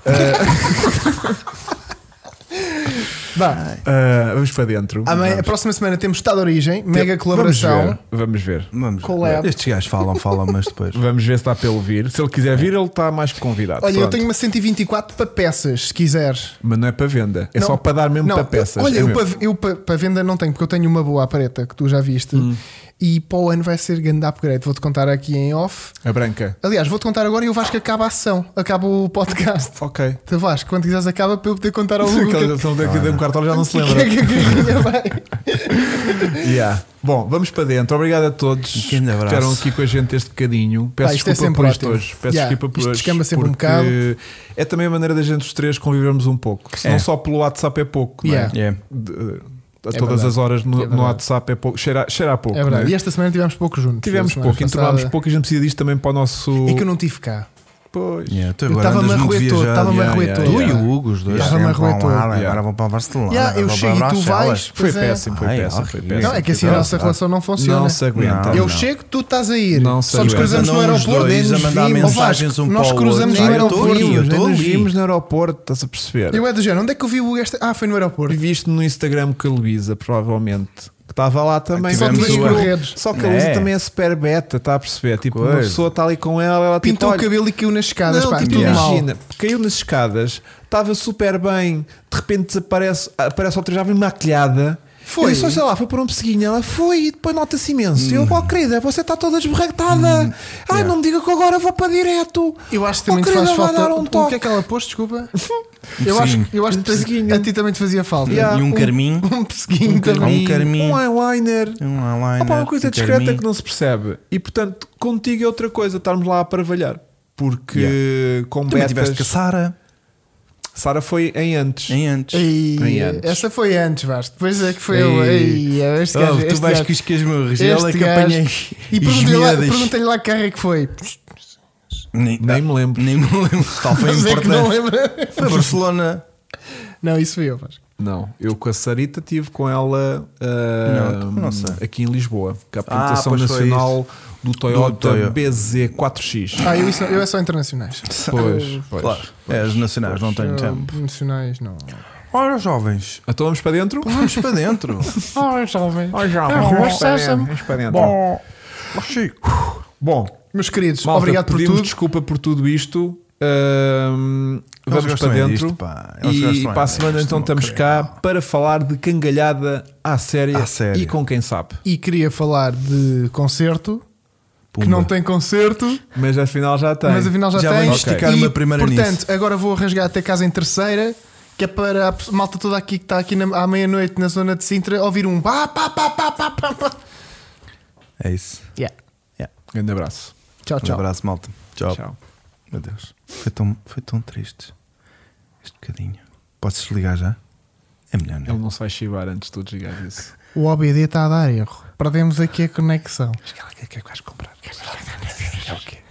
Vá. Vamos para dentro. A próxima semana temos Estado de Origem, mega colaboração. Vamos ver. Vamos. Collab. Estes gajos falam, mas depois. Vamos ver se está para ele vir. Se ele quiser vir, ele está mais que convidado. Olha, eu Pronto. tenho uma 124 para peças, se quiseres. Mas não é para venda. É Não. só para dar mesmo Não, para peças. Olha, É eu mesmo. para venda não tenho, porque eu tenho uma boa à preta que tu já viste. E para o ano vai ser grande upgrade. Vou-te contar aqui em off. A branca. Aliás, vou-te contar agora e o Vasco acaba a ação, acaba o podcast. Ok. Então, Vasco, quando quiseres, acaba para eu poder contar ao Hugo. Aquela estão daqui de um quarto já não se lembra. Yeah. Bom, vamos para dentro. Obrigado a todos que grande abraço. estiveram aqui com a gente este bocadinho. Peço Isto é desculpa sempre por isto ótimo. hoje. Peço Yeah, desculpa por isto hoje. descamba sempre um porque bocado. é também a maneira da gente os três convivermos um pouco. Se não só pelo WhatsApp é pouco. Yeah. Não é? Yeah. A todas verdade. as horas no verdade. WhatsApp é pouco. Cheira a pouco. É verdade. não E esta semana tivemos pouco juntos. Tivemos A semana pouco, entornámos passada. pouco e a gente precisa disto também para o nosso. É que eu não tive cá. Pois. Yeah, tu Eu agora estava-me andas a muito roer todo, viajado. estava-me a roer todo. Tu e Yeah. o Hugo, os dois. Estava-me a sempre roer vão todo. lá, Yeah. agora vão para Barcelona. Yeah, eu agora vão chego para e tu Bruxelas. vais. Foi Pois é. péssimo, foi Ai, péssimo, foi horrível. péssimo. Não, é que assim a Não, nossa não. relação não funciona. Não se aguenta. Não, Eu não. chego, tu estás a ir. Não se Só nos aguenta. cruzamos no Andam os aeroporto. dois nem a nos mandar vimos. mensagens Vasco, um nós para o cruzamos outro. no Ah, eu estou aeroporto. aqui, eu estou nos ali. vimos no aeroporto, estás a perceber? Eu é do género, onde é que eu vi o esta? Ah, foi no aeroporto. Viste no Instagram com a Luísa, provavelmente. Que estava lá também. Só tivemos te o- vejo por redes. Só que a Luísa É. também é super beta, está a perceber? Tipo, uma Coisa. pessoa está ali com ela tipo, Pintou o olha, cabelo e caiu nas escadas. não, Pá, tipo, tudo mal. imagina, caiu nas escadas, estava super bem, de repente desaparece, aparece outra já bem maquilhada. Foi. Eu disse, sei lá, foi por um pesseguinho. Ela foi e depois nota-se imenso. Eu, oh querida, você está toda desbarratada. Ai, não me diga que agora vou para direto. Eu acho que também Oh, te faz querida, vai falta. dar um O que toque. é que ela pôs? Desculpa. Sim. Eu acho que pesseguinho. a ti também te fazia falta. Yeah. E um carminho. Um pesseguinho também. Um carminho. Um eyeliner. Um eyeliner. Opa, uma coisa um discreta carminho. que não se percebe. E portanto, contigo é outra coisa, estarmos lá a parvalhar. Porque com Também tiveste betas. com a Sara Sara foi em antes. em antes. Ei, Em antes. essa foi antes, Vasco. Depois é que foi Ei. eu. Ei, este gajo, Oh, tu este vais gajo. com os queijos ela Este que gajo. apanhei. E perguntei-lhe lá que carro é que foi. Nem me lembro. Nem me lembro. Tal foi Mas é que não importante. lembra. Foi Barcelona. Não, isso foi eu, Vasco. Não, eu com a Sarita estive com ela Não sei. aqui em Lisboa, que é a apresentação pois foi nacional do Toyota Toyota. BZ4X. Eu é só internacionais. Pois. Claro. É, as nacionais não tenho tempo. Nacionais, não. Olha, jovens. Então vamos para dentro? Vamos para dentro. Oh, jovem. Vamos para dentro. Bom, Meus queridos, malta, obrigado por pedimos tudo. desculpa por tudo isto. Vamos gostam para é dentro disto, pá. Eles e gostam é para a disto, semana então não estamos creio. cá para falar de cangalhada à séria, À séria. e com quem sabe. E queria falar de concerto, que não tem concerto, Mas afinal já tem. mas afinal já Já tem. vamos esticar E, uma primeira portanto, nisso. agora vou rasgar até casa em terceira, que que é para a malta toda aqui que está aqui à meia-noite na zona de Sintra ouvir um pá, pá, pá, pá, pá, pá, pá. É isso. Yeah. Grande abraço. Tchau, tchau. Um abraço, malta. Tchau. Tchau. Meu Deus. Foi tão triste. Este bocadinho. Podes desligar já? É melhor, não é? Ele não se vai chivar antes de tu desligar isso. O OBD está a dar erro. Perdemos aqui a conexão. Mas que ela quer que vais comprar. É o quê?